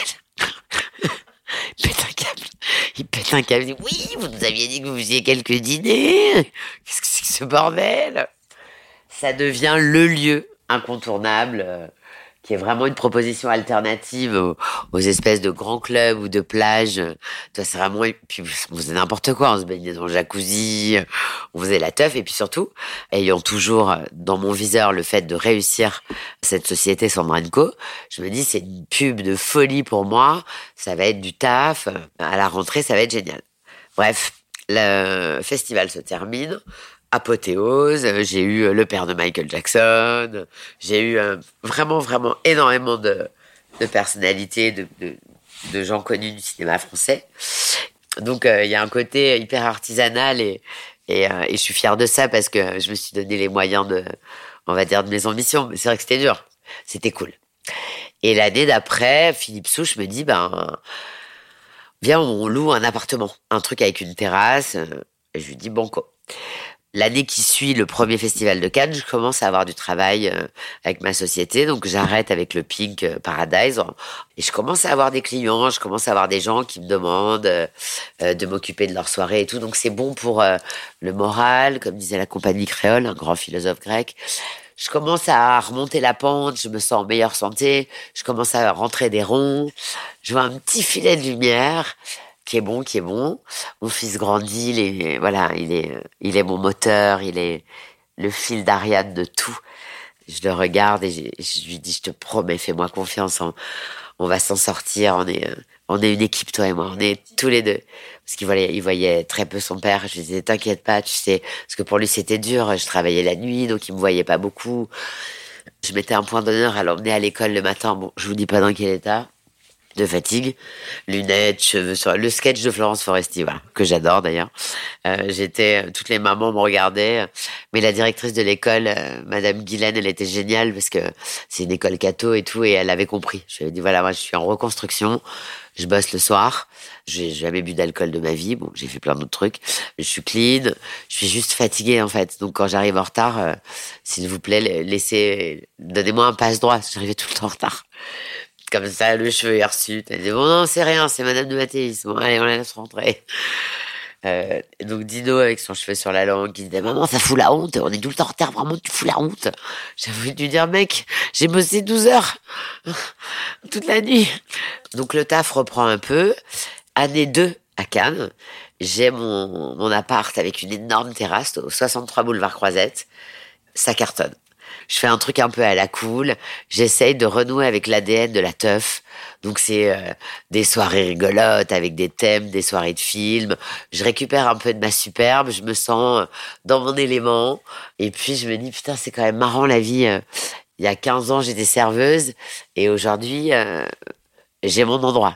il pète un câble. Il dit, oui, vous nous aviez dit que vous faisiez quelques dîners. Qu'est-ce que c'est que ce bordel? Ça devient le lieu incontournable, qui est vraiment une proposition alternative aux espèces de grands clubs ou de plages. Toi, c'est vraiment, et puis on faisait n'importe quoi. On se baignait dans le jacuzzi, on faisait la teuf. Et puis surtout, ayant toujours dans mon viseur le fait de réussir cette société Sandra & Co, je me dis, c'est une pub de folie pour moi. Ça va être du taf. À la rentrée, ça va être génial. Bref, le festival se termine. Apothéose, j'ai eu le père de Michael Jackson, j'ai eu vraiment énormément de personnalités, de gens connus du cinéma français. Donc il y a un côté hyper artisanal et je suis fière de ça parce que je me suis donné les moyens on va dire, de mes ambitions. Mais c'est vrai que c'était dur, c'était cool. Et l'année d'après, Philippe Souche me dit viens, on loue un appartement, un truc avec une terrasse. Et je lui dis banco. L'année qui suit le premier festival de Cannes, je commence à avoir du travail avec ma société. Donc, j'arrête avec le Pink Paradise. Et je commence à avoir des clients, je commence à avoir des gens qui me demandent de m'occuper de leur soirée et tout. Donc, c'est bon pour le moral, comme disait la compagnie créole, un grand philosophe grec. Je commence à remonter la pente, je me sens en meilleure santé. Je commence à rentrer des ronds. Je vois un petit filet de lumière qui est bon. Mon fils grandit, il est mon moteur, il est le fil d'Ariane de tout. Je le regarde et je lui dis, je te promets, fais-moi confiance, on va s'en sortir, on est une équipe, toi et moi, on est tous les deux. Parce il voyait très peu son père, je lui disais, t'inquiète pas, tu sais, parce que pour lui c'était dur, je travaillais la nuit, donc il me voyait pas beaucoup. Je mettais un point d'honneur à l'emmener à l'école le matin, bon, je vous dis pas dans quel état. De fatigue, lunettes, cheveux sur le sketch de Florence Foresti, voilà, que j'adore d'ailleurs. Toutes les mamans me regardaient, mais la directrice de l'école, Madame Guylaine, elle était géniale parce que c'est une école catho et tout, et elle avait compris. Je lui ai dit voilà, moi je suis en reconstruction, je bosse le soir, j'ai jamais bu d'alcool de ma vie, bon j'ai fait plein d'autres trucs, je suis clean, je suis juste fatiguée en fait. Donc quand j'arrive en retard, s'il vous plaît, donnez-moi un passe-droit, parce que j'arrivais tout le temps en retard. Comme ça, le cheveu est reçu. Elle dit, bon, non, c'est rien, c'est Madame de Mathéis. Bon, allez, on la laisse rentrer. Donc, Dino, avec son cheveu sur la langue, qui disait, maman, ça fout la honte. On est tout le temps en retard, vraiment, tu fous la honte. J'ai voulu lui dire, mec, j'ai bossé 12 heures. Toute la nuit. Donc, le taf reprend un peu. Année 2 à Cannes. J'ai mon appart avec une énorme terrasse au 63 boulevard Croisette. Ça cartonne. Je fais un truc un peu à la cool. J'essaye de renouer avec l'ADN de la teuf. Donc, c'est des soirées rigolotes avec des thèmes, des soirées de films. Je récupère un peu de ma superbe. Je me sens dans mon élément. Et puis, je me dis, putain, c'est quand même marrant la vie. Il y a 15 ans, j'étais serveuse. Et aujourd'hui, j'ai mon endroit.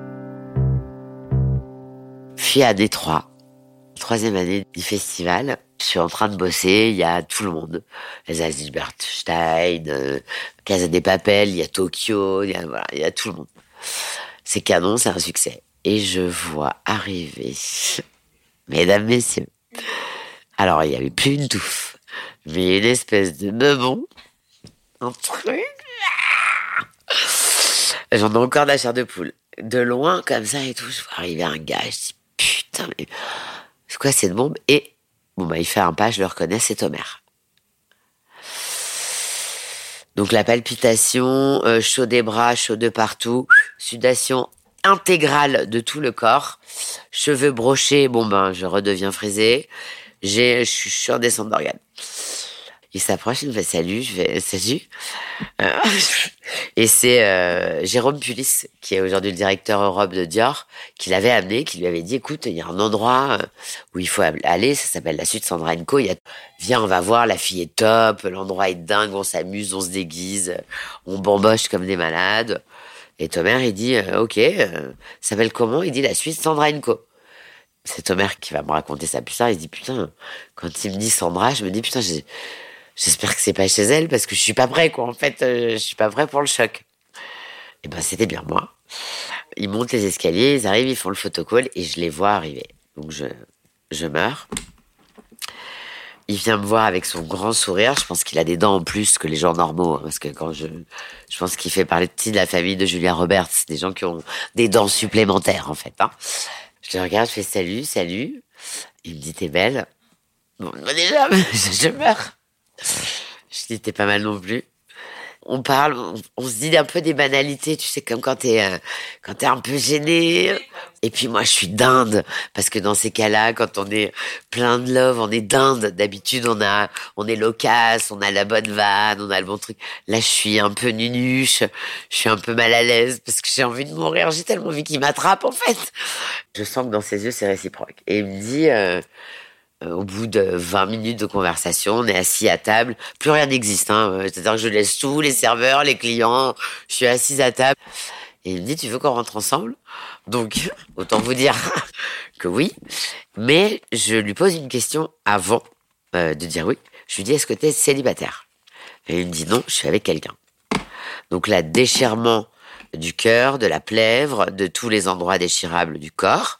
Puis à Détroit. 3e année du festival, Je suis en train de bosser, il y a tout le monde. Elsa Zilberstein, Casa de Papel, il y a Tokyo, il y a tout le monde. C'est canon, c'est un succès. Et je vois arriver, mesdames, messieurs. Alors, il n'y avait plus une touffe, mais une espèce de meubon, un truc. J'en ai encore de la chair de poule. De loin, comme ça et tout, je vois arriver un gars, je dis, putain, mais c'est quoi cette bombe? Et, il fait un pas, je le reconnais, c'est Omer. Donc la palpitation, chaud des bras, chaud de partout, sudation intégrale de tout le corps, cheveux brochés, je redeviens frisée, je suis en descente d'organes. Il s'approche, il me fait salut, je fais salut. Et c'est Jérôme Pulis, qui est aujourd'hui le directeur Europe de Dior, qui l'avait amené, qui lui avait dit, écoute, il y a un endroit où il faut aller, ça s'appelle la suite Sandra & Co. Viens, on va voir, la fille est top, l'endroit est dingue, on s'amuse, on se déguise, on bamboche comme des malades. Et Tomer, il dit, ok, ça s'appelle comment? Il dit la suite Sandra & Co. C'est Tomer qui va me raconter ça plus tard, il dit, putain, quand il me dit Sandra, je me dis, putain, j'espère que c'est pas chez elle parce que je suis pas prêt, quoi. En fait, je suis pas prêt pour le choc. Et c'était bien moi. Ils montent les escaliers, ils arrivent, ils font le photocall et je les vois arriver. Donc je meurs. Il vient me voir avec son grand sourire. Je pense qu'il a des dents en plus que les gens normaux, parce que je pense qu'il fait partie de la famille de Julia Roberts, des gens qui ont des dents supplémentaires, en fait. Je le regarde, je fais salut. Il me dit, t'es belle. Déjà, je meurs. Je dis, t'es pas mal non plus. On parle, on se dit un peu des banalités, tu sais, comme quand t'es un peu gêné. Et puis moi, je suis dinde, parce que dans ces cas-là, quand on est plein de love, on est dinde. D'habitude, on est loquace, on a la bonne vanne, on a le bon truc. Là, je suis un peu nunuche, je suis un peu mal à l'aise, parce que j'ai envie de mourir. J'ai tellement envie qu'il m'attrape, en fait. Je sens que dans ses yeux, c'est réciproque. Et il me dit... au bout de 20 minutes de conversation, on est assis à table. Plus rien n'existe, C'est-à-dire que je laisse tous les serveurs, les clients. Je suis assise à table. Et il me dit, tu veux qu'on rentre ensemble? Donc, autant vous dire que oui. Mais je lui pose une question avant de dire oui. Je lui dis, est-ce que tu es célibataire? Et il me dit non, je suis avec quelqu'un. Donc là, déchirement du cœur, de la plèvre, de tous les endroits déchirables du corps.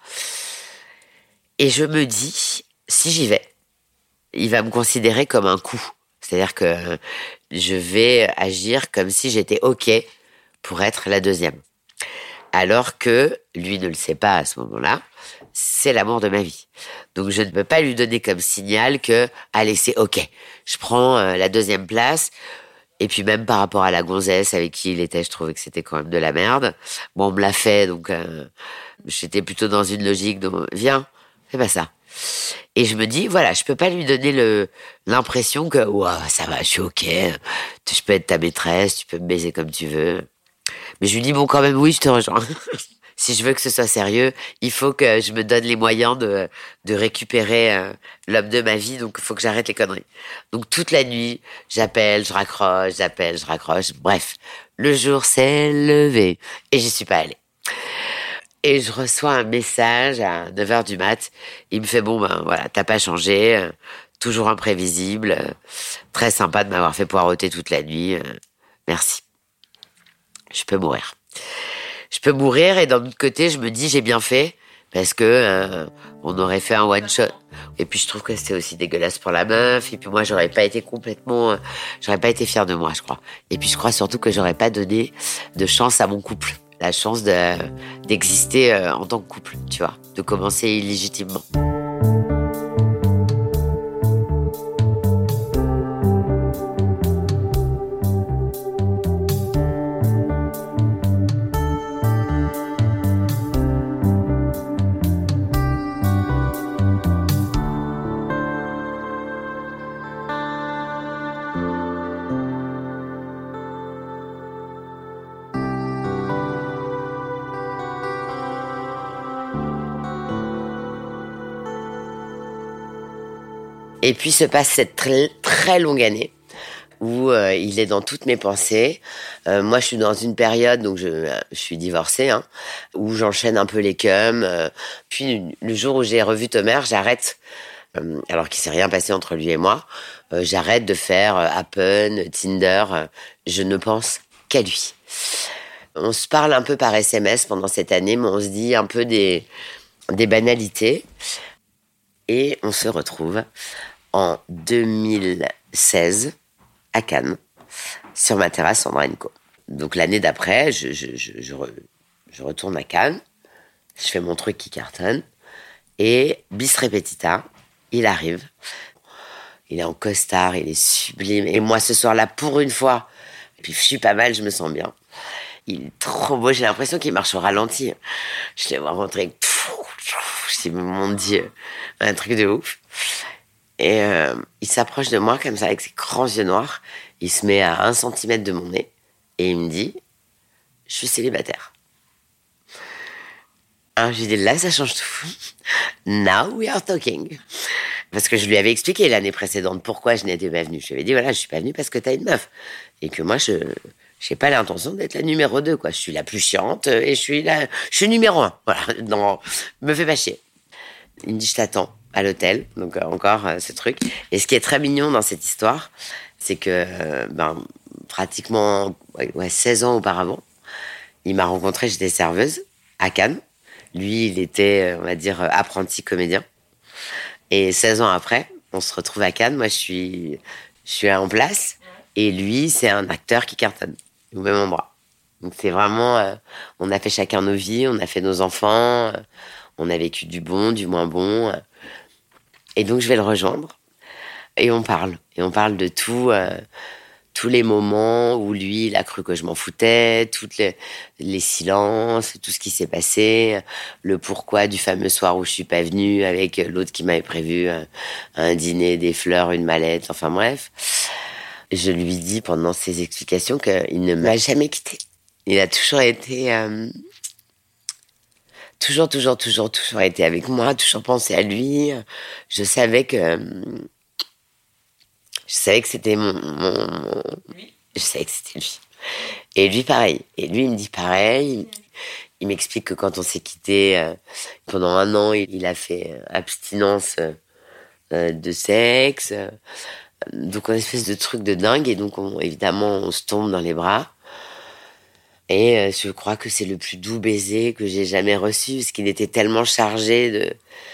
Et je me dis... si j'y vais, il va me considérer comme un coup. C'est-à-dire que je vais agir comme si j'étais OK pour être la deuxième. Alors que lui ne le sait pas à ce moment-là, c'est l'amour de ma vie. Donc je ne peux pas lui donner comme signal que, allez, c'est OK. Je prends la deuxième place. Et puis même par rapport à la gonzesse avec qui il était, je trouvais que c'était quand même de la merde. On me l'a fait, donc j'étais plutôt dans une logique de, viens, fais pas ça. Et je me dis, voilà, je peux pas lui donner l'impression que, ça va, je suis OK, je peux être ta maîtresse, tu peux me baiser comme tu veux. Mais je lui dis, bon, quand même, oui, je te rejoins. Si je veux que ce soit sérieux, il faut que je me donne les moyens de récupérer l'homme de ma vie, donc il faut que j'arrête les conneries. Donc toute la nuit, j'appelle, je raccroche. Bref, le jour s'est levé et j'y suis pas allée. Et je reçois un message à 9h du mat. Il me fait, voilà, t'as pas changé, toujours imprévisible, très sympa de m'avoir fait poireauter toute la nuit, merci. Je peux mourir et d'un autre côté, je me dis, j'ai bien fait, parce que on aurait fait un one shot. Et puis je trouve que c'était aussi dégueulasse pour la meuf, et puis moi, j'aurais pas été fière de moi, je crois. Et puis je crois surtout que j'aurais pas donné de chance à mon couple. La chance d'exister en tant que couple, tu vois, de commencer illégitimement. Et puis se passe cette très, très longue année où il est dans toutes mes pensées. Moi, je suis dans une période, donc je suis divorcée, où j'enchaîne un peu les cums. Puis le jour où j'ai revu Tomer, j'arrête alors qu'il s'est rien passé entre lui et moi. J'arrête de faire Happen, Tinder. Je ne pense qu'à lui. On se parle un peu par SMS pendant cette année, mais on se dit un peu des banalités. Et on se retrouve en 2016 à Cannes, sur ma terrasse Sandra & Co. Donc l'année d'après, je retourne à Cannes, je fais mon truc qui cartonne, et bis repetita, il arrive. Il est en costard, il est sublime. Et moi, ce soir-là, pour une fois, puis je suis pas mal, je me sens bien. Il est trop beau, j'ai l'impression qu'il marche au ralenti. Je l'ai voir rentrer. Je dis, mon Dieu, un truc de ouf. Et il s'approche de moi comme ça, avec ses grands yeux noirs. Il se met à 1 centimètre de mon nez. Et il me dit, je suis célibataire. Alors j'ai dit, là, ça change tout. Now we are talking. Parce que je lui avais expliqué l'année précédente pourquoi je n'étais pas venue. Je lui avais dit, voilà, je suis pas venue parce que t'as une meuf. Et que moi, je n'ai pas l'intention d'être la numéro 2, quoi. Je suis la plus chiante et je suis numéro 1. Voilà, non, me fais pas chier. Il me dit, je t'attends à l'hôtel. Donc, encore ce truc. Et ce qui est très mignon dans cette histoire, c'est que, pratiquement 16 ans auparavant, il m'a rencontré, j'étais serveuse à Cannes. Lui, il était, on va dire, apprenti comédien. Et 16 ans après, on se retrouve à Cannes. Moi, je suis en place. Et lui, c'est un acteur qui cartonne au même endroit. Donc, c'est vraiment... on a fait chacun nos vies, on a fait nos enfants, on a vécu du bon, du moins bon. Et donc, je vais le rejoindre. Et on parle. Et on parle de tout... tous les moments où lui, il a cru que je m'en foutais, tous les silences, tout ce qui s'est passé, le pourquoi du fameux soir où je suis pas venue avec l'autre qui m'avait prévu un dîner, des fleurs, une mallette, enfin bref. Je lui dis pendant ses explications qu'il ne m'a jamais quittée. Il a toujours été... toujours été avec moi, toujours pensé à lui. Je savais que c'était je savais que c'était lui. Et lui, pareil. Et lui, il me dit pareil. Il m'explique que quand on s'est quittés, pendant 1 an, il a fait abstinence de sexe. Donc, une espèce de truc de dingue. Et donc, évidemment, on se tombe dans les bras. Et je crois que c'est le plus doux baiser que j'ai jamais reçu, parce qu'il était tellement chargé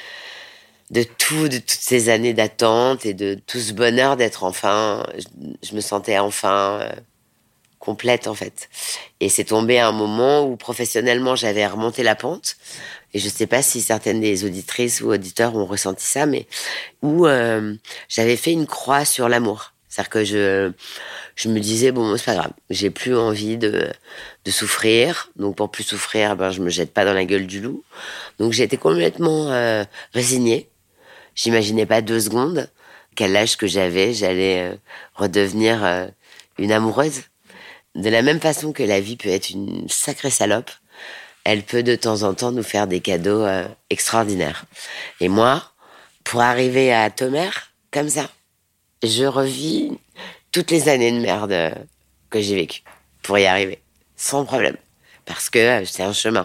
de toutes ces années d'attente et de tout ce bonheur d'être enfin... Je me sentais enfin complète, en fait. Et c'est tombé à un moment où, professionnellement, j'avais remonté la pente. Et je sais pas si certaines des auditrices ou auditeurs ont ressenti ça, mais où j'avais fait une croix sur l'amour. C'est-à-dire que je me disais, bon, c'est pas grave, j'ai plus envie de souffrir. Donc, pour plus souffrir, je me jette pas dans la gueule du loup. Donc, j'étais complètement résignée. J'imaginais pas 2 secondes qu'à l'âge que j'avais, j'allais redevenir une amoureuse. De la même façon que la vie peut être une sacrée salope, elle peut de temps en temps nous faire des cadeaux extraordinaires. Et moi, pour arriver à Tomer, comme ça, je revis toutes les années de merde que j'ai vécues pour y arriver, sans problème. Parce que c'est un chemin.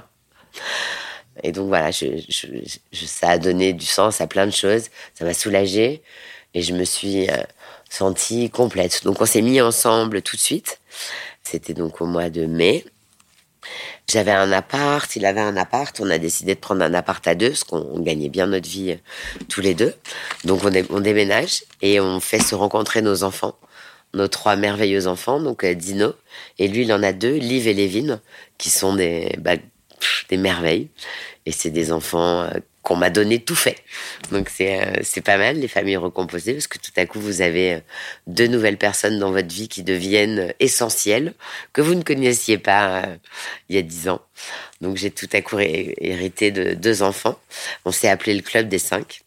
Et donc voilà, ça a donné du sens à plein de choses. Ça m'a soulagée et je me suis sentie complète. Donc on s'est mis ensemble tout de suite. C'était donc au mois de mai. J'avais un appart, il avait un appart. On a décidé de prendre un appart à 2 parce qu'on gagnait bien notre vie tous les 2. Donc on déménage et on fait se rencontrer nos enfants. Nos 3 merveilleux enfants, donc Dino. Et lui, il en a 2, Liv et Lévin, qui sont des merveilles. Et c'est des enfants qu'on m'a donné tout fait. Donc c'est pas mal, les familles recomposées, parce que tout à coup, vous avez 2 nouvelles personnes dans votre vie qui deviennent essentielles, que vous ne connaissiez pas il y a 10 ans. Donc j'ai tout à coup hérité de 2 enfants. On s'est appelé le Club des 5.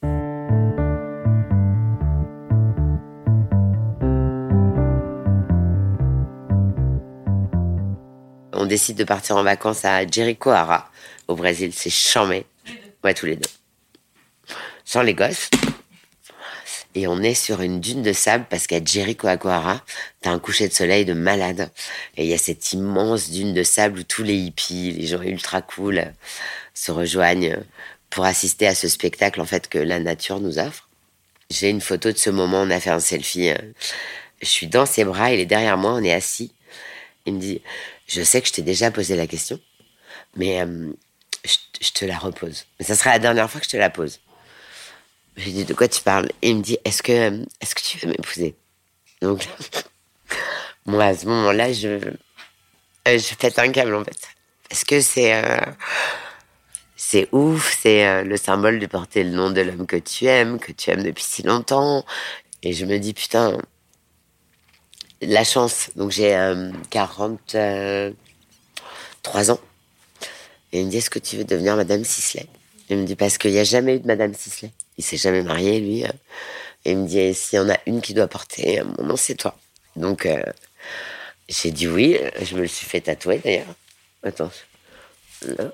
On décide de partir en vacances à Jericoacoara, au Brésil. C'est chambé. Ouais, tous les 2. Sans les gosses. Et on est sur une dune de sable parce qu'à Jericoacoara, t'as un coucher de soleil de malade. Et il y a cette immense dune de sable où tous les hippies, les gens ultra cool, se rejoignent pour assister à ce spectacle, en fait, que la nature nous offre. J'ai une photo de ce moment, on a fait un selfie. Je suis dans ses bras, il est derrière moi, on est assis. Il me dit, je sais que je t'ai déjà posé la question, mais je te la repose. Mais ça sera la dernière fois que je te la pose. J'ai dit, de quoi tu parles? Et il me dit, est-ce que tu veux m'épouser? Donc, moi, à ce moment-là, je pète un câble, en fait. Parce que c'est ouf, c'est le symbole de porter le nom de l'homme que tu aimes depuis si longtemps. Et je me dis, putain, la chance. Donc j'ai 43 ans. Et il me dit, est-ce que tu veux devenir Madame Sisley? Il me dit, parce qu'il n'y a jamais eu de Madame Sisley. Il s'est jamais marié, lui. Et il me dit, et s'il y en a une qui doit porter mon nom, c'est toi. Donc j'ai dit oui. Je me le suis fait tatouer, d'ailleurs. Attends. Là.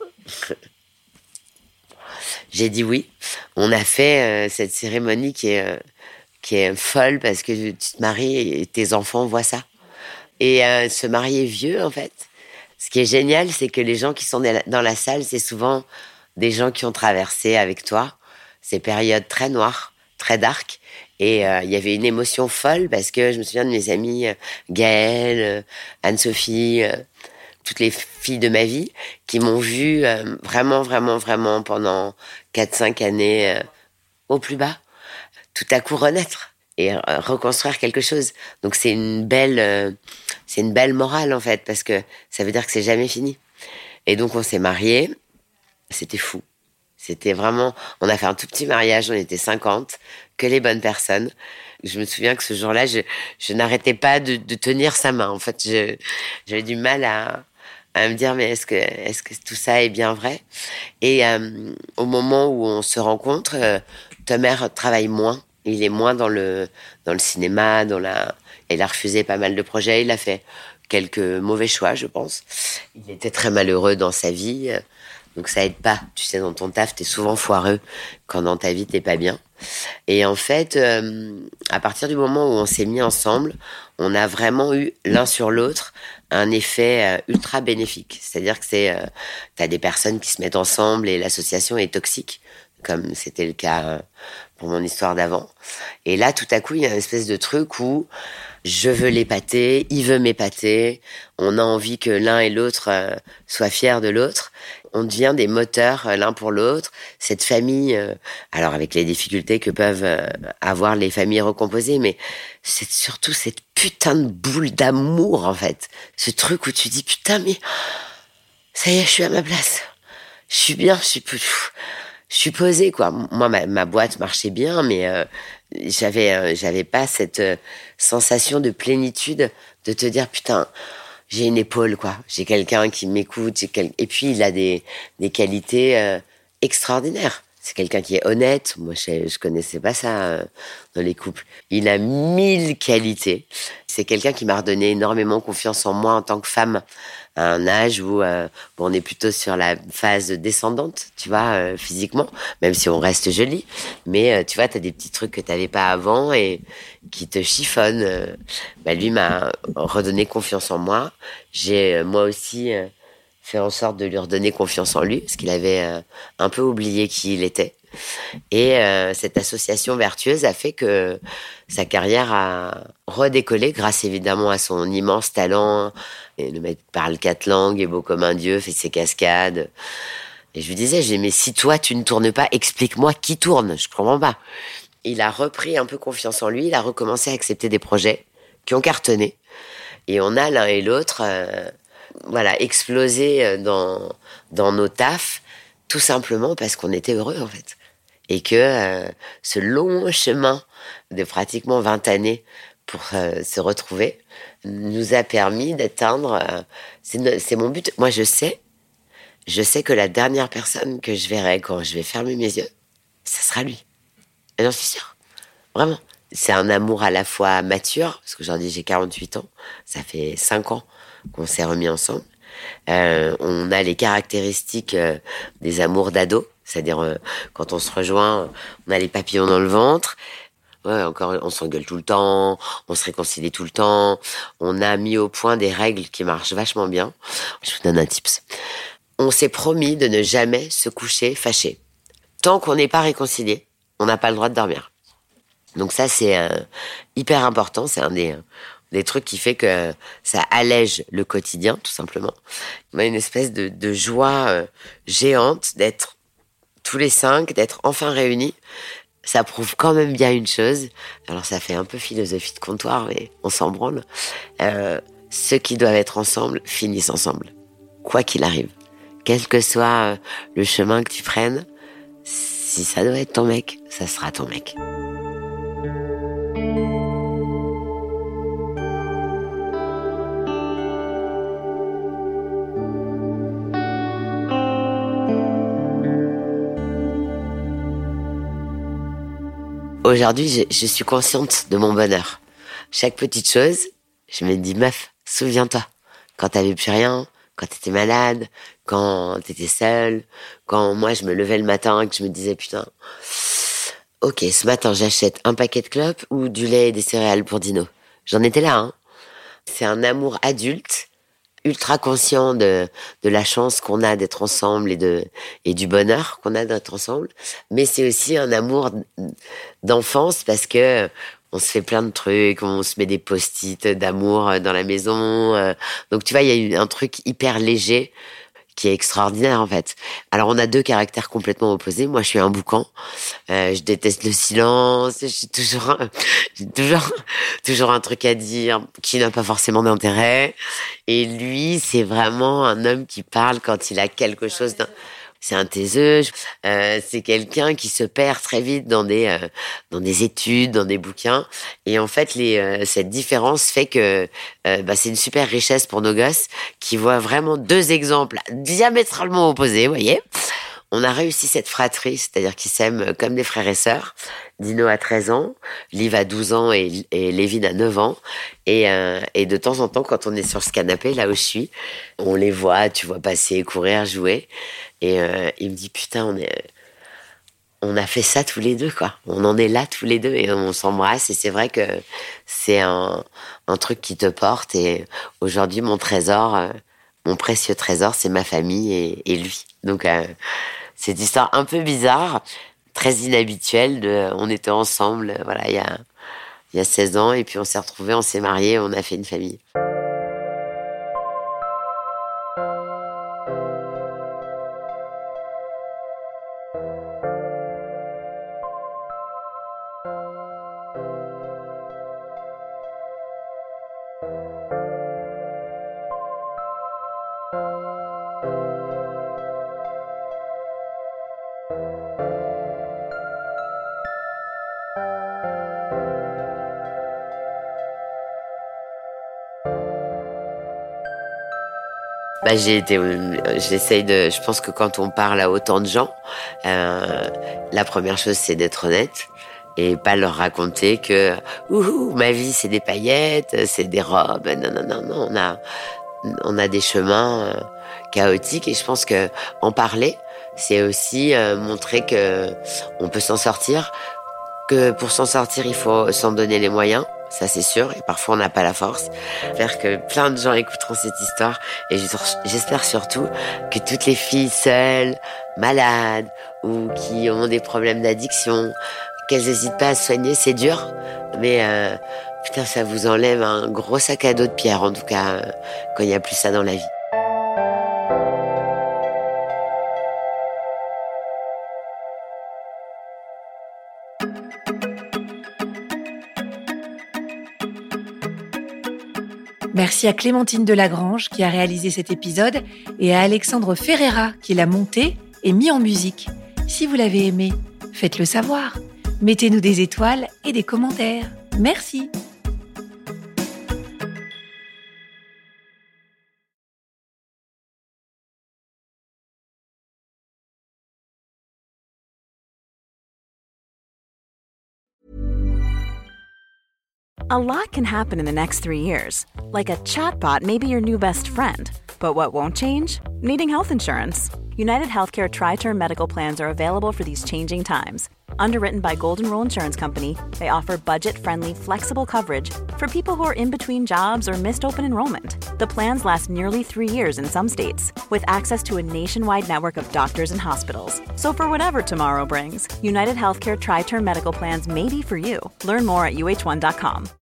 J'ai dit oui. On a fait cette cérémonie qui est folle parce que tu te maries et tes enfants voient ça. Et se marier vieux, en fait. Ce qui est génial, c'est que les gens qui sont dans la salle, c'est souvent des gens qui ont traversé avec toi ces périodes très noires, très dark. Et il y avait une émotion folle parce que je me souviens de mes amies Gaëlle, Anne-Sophie, toutes les filles de ma vie qui m'ont vue vraiment, vraiment, vraiment pendant 4-5 années au plus bas, tout à coup renaître et reconstruire quelque chose. Donc c'est une belle morale en fait, parce que ça veut dire que c'est jamais fini. Et donc on s'est mariés, c'était fou. C'était vraiment, on a fait un tout petit mariage, on était 50, que les bonnes personnes. Je me souviens que ce jour-là, je n'arrêtais pas de tenir sa main. En fait, j'avais du mal à me dire, mais est-ce que tout ça est bien vrai? Et au moment où on se rencontre, Tomer travaille moins. Il est moins dans le cinéma, il a refusé pas mal de projets, il a fait quelques mauvais choix, je pense. Il était très malheureux dans sa vie, donc ça aide pas. Tu sais, dans ton taf, t'es souvent foireux quand dans ta vie, t'es pas bien. Et en fait, à partir du moment où on s'est mis ensemble, on a vraiment eu l'un sur l'autre un effet ultra bénéfique. C'est-à-dire que t'as des personnes qui se mettent ensemble et l'association est toxique, comme c'était le cas pour mon histoire d'avant. Et là, tout à coup, il y a une espèce de truc où je veux l'épater, il veut m'épater, on a envie que l'un et l'autre soient fiers de l'autre. On devient des moteurs l'un pour l'autre. Cette famille, alors avec les difficultés que peuvent avoir les familles recomposées, mais c'est surtout cette putain de boule d'amour, en fait. Ce truc où tu dis, putain, mais ça y est, je suis à ma place. Je suis bien, je suis posée, quoi. Moi, ma boîte marchait bien, mais j'avais pas cette sensation de plénitude de te dire, putain, j'ai une épaule, quoi. J'ai quelqu'un qui m'écoute. Et puis, il a des qualités extraordinaires. C'est quelqu'un qui est honnête. Moi, je connaissais pas ça dans les couples. Il a 1000 qualités. C'est quelqu'un qui m'a redonné énormément confiance en moi en tant que femme, à un âge où on est plutôt sur la phase descendante, tu vois, physiquement, même si on reste jolie. Mais tu vois, t'as des petits trucs que t'avais pas avant et qui te chiffonnent. Lui m'a redonné confiance en moi. J'ai moi aussi fait en sorte de lui redonner confiance en lui, parce qu'il avait un peu oublié qui il était. Et cette association vertueuse a fait que sa carrière a redécollé grâce évidemment à son immense talent. Et le mec parle 4 langues, est beau comme un dieu, fait ses cascades. Et je lui disais, mais si toi tu ne tournes pas, explique-moi qui tourne, je comprends pas. Il a repris un peu confiance en lui, il a recommencé à accepter des projets qui ont cartonné. Et on a l'un et l'autre explosé dans nos tafs, tout simplement parce qu'on était heureux en fait. Et que ce long chemin de pratiquement 20 années pour se retrouver nous a permis d'atteindre... c'est mon but. Moi, je sais que la dernière personne que je verrai quand je vais fermer mes yeux, ça sera lui. Et j'en suis sûre. Vraiment. C'est un amour à la fois mature, parce qu'aujourd'hui j'ai 48 ans, ça fait 5 ans qu'on s'est remis ensemble. On a les caractéristiques des amours d'ado, c'est-à-dire quand on se rejoint, on a les papillons dans le ventre. Ouais, encore, on s'engueule tout le temps, on se réconcilie tout le temps. On a mis au point des règles qui marchent vachement bien. Je vous donne un tips. On s'est promis de ne jamais se coucher fâché. Tant qu'on n'est pas réconcilié, on n'a pas le droit de dormir. Donc ça, c'est hyper important. C'est un des trucs qui fait que ça allège le quotidien, tout simplement. On a une espèce de joie géante d'être tous les 5, d'être enfin réunis. Ça prouve quand même bien une chose. Alors ça fait un peu philosophie de comptoir, mais on s'en branle. Ceux qui doivent être ensemble finissent ensemble, quoi qu'il arrive. Quel que soit le chemin que tu prennes, si ça doit être ton mec, ça sera ton mec. Aujourd'hui, je suis consciente de mon bonheur. Chaque petite chose, je me dis, meuf, souviens-toi, quand t'avais plus rien, quand t'étais malade, quand t'étais seule, quand moi je me levais le matin et que je me disais, putain, ok, ce matin j'achète un paquet de clopes ou du lait et des céréales pour Dino. J'en étais là, hein. C'est un amour adulte, ultra conscient de la chance qu'on a d'être ensemble et du bonheur qu'on a d'être ensemble. Mais c'est aussi un amour d'enfance parce que on se fait plein de trucs, on se met des post-it d'amour dans la maison. Donc tu vois, il y a eu un truc hyper léger qui est extraordinaire en fait. Alors on a 2 caractères complètement opposés. Moi je suis un boucan, je déteste le silence, j'ai toujours un truc à dire qui n'a pas forcément d'intérêt. Et lui c'est vraiment un homme qui parle quand il a quelque chose c'est un taiseux, c'est quelqu'un qui se perd très vite dans des études, dans des bouquins. Et en fait, cette différence fait que c'est une super richesse pour nos gosses qui voient vraiment 2 exemples diamétralement opposés, vous voyez. On a réussi cette fratrie, c'est-à-dire qu'ils s'aiment comme des frères et sœurs. Dino a 13 ans, Liv a 12 ans et Lévin a 9 ans. Et de temps en temps, quand on est sur ce canapé, là où je suis, on les voit, tu vois, passer, courir, jouer. Et il me dit, putain, on a fait ça tous les 2, quoi. On en est là tous les 2 et on s'embrasse. Et c'est vrai que c'est un truc qui te porte. Et aujourd'hui, mon trésor, mon précieux trésor, c'est ma famille et lui. Donc, cette histoire un peu bizarre, très inhabituelle on était ensemble, voilà, il y a 16 ans, et puis on s'est retrouvés, on s'est mariés, on a fait une famille. Je pense que quand on parle à autant de gens, la première chose c'est d'être honnête et pas leur raconter que ma vie c'est des paillettes, c'est des robes. Non, on a des chemins chaotiques et je pense que en parler, c'est aussi montrer que on peut s'en sortir, que pour s'en sortir il faut s'en donner les moyens. Ça c'est sûr, et parfois on n'a pas la force. J'espère que plein de gens écouteront cette histoire et j'espère surtout que toutes les filles seules, malades ou qui ont des problèmes d'addiction, qu'elles n'hésitent pas à se soigner. C'est dur, mais putain, ça vous enlève un gros sac à dos de pierre, en tout cas quand il n'y a plus ça dans la vie. Merci à Clémentine Delagrange qui a réalisé cet épisode et à Alexandre Ferreira qui l'a monté et mis en musique. Si vous l'avez aimé, faites-le savoir. Mettez-nous des étoiles et des commentaires. Merci. A lot can happen in the next 3 years. Like a chatbot may be your new best friend. But what won't change? Needing health insurance. United Healthcare Tri-Term Medical Plans are available for these changing times. Underwritten by Golden Rule Insurance Company, they offer budget-friendly, flexible coverage for people who are in between jobs or missed open enrollment. The plans last nearly 3 years in some states, with access to a nationwide network of doctors and hospitals. So for whatever tomorrow brings, United Healthcare Tri-Term Medical Plans may be for you. Learn more at uh1.com.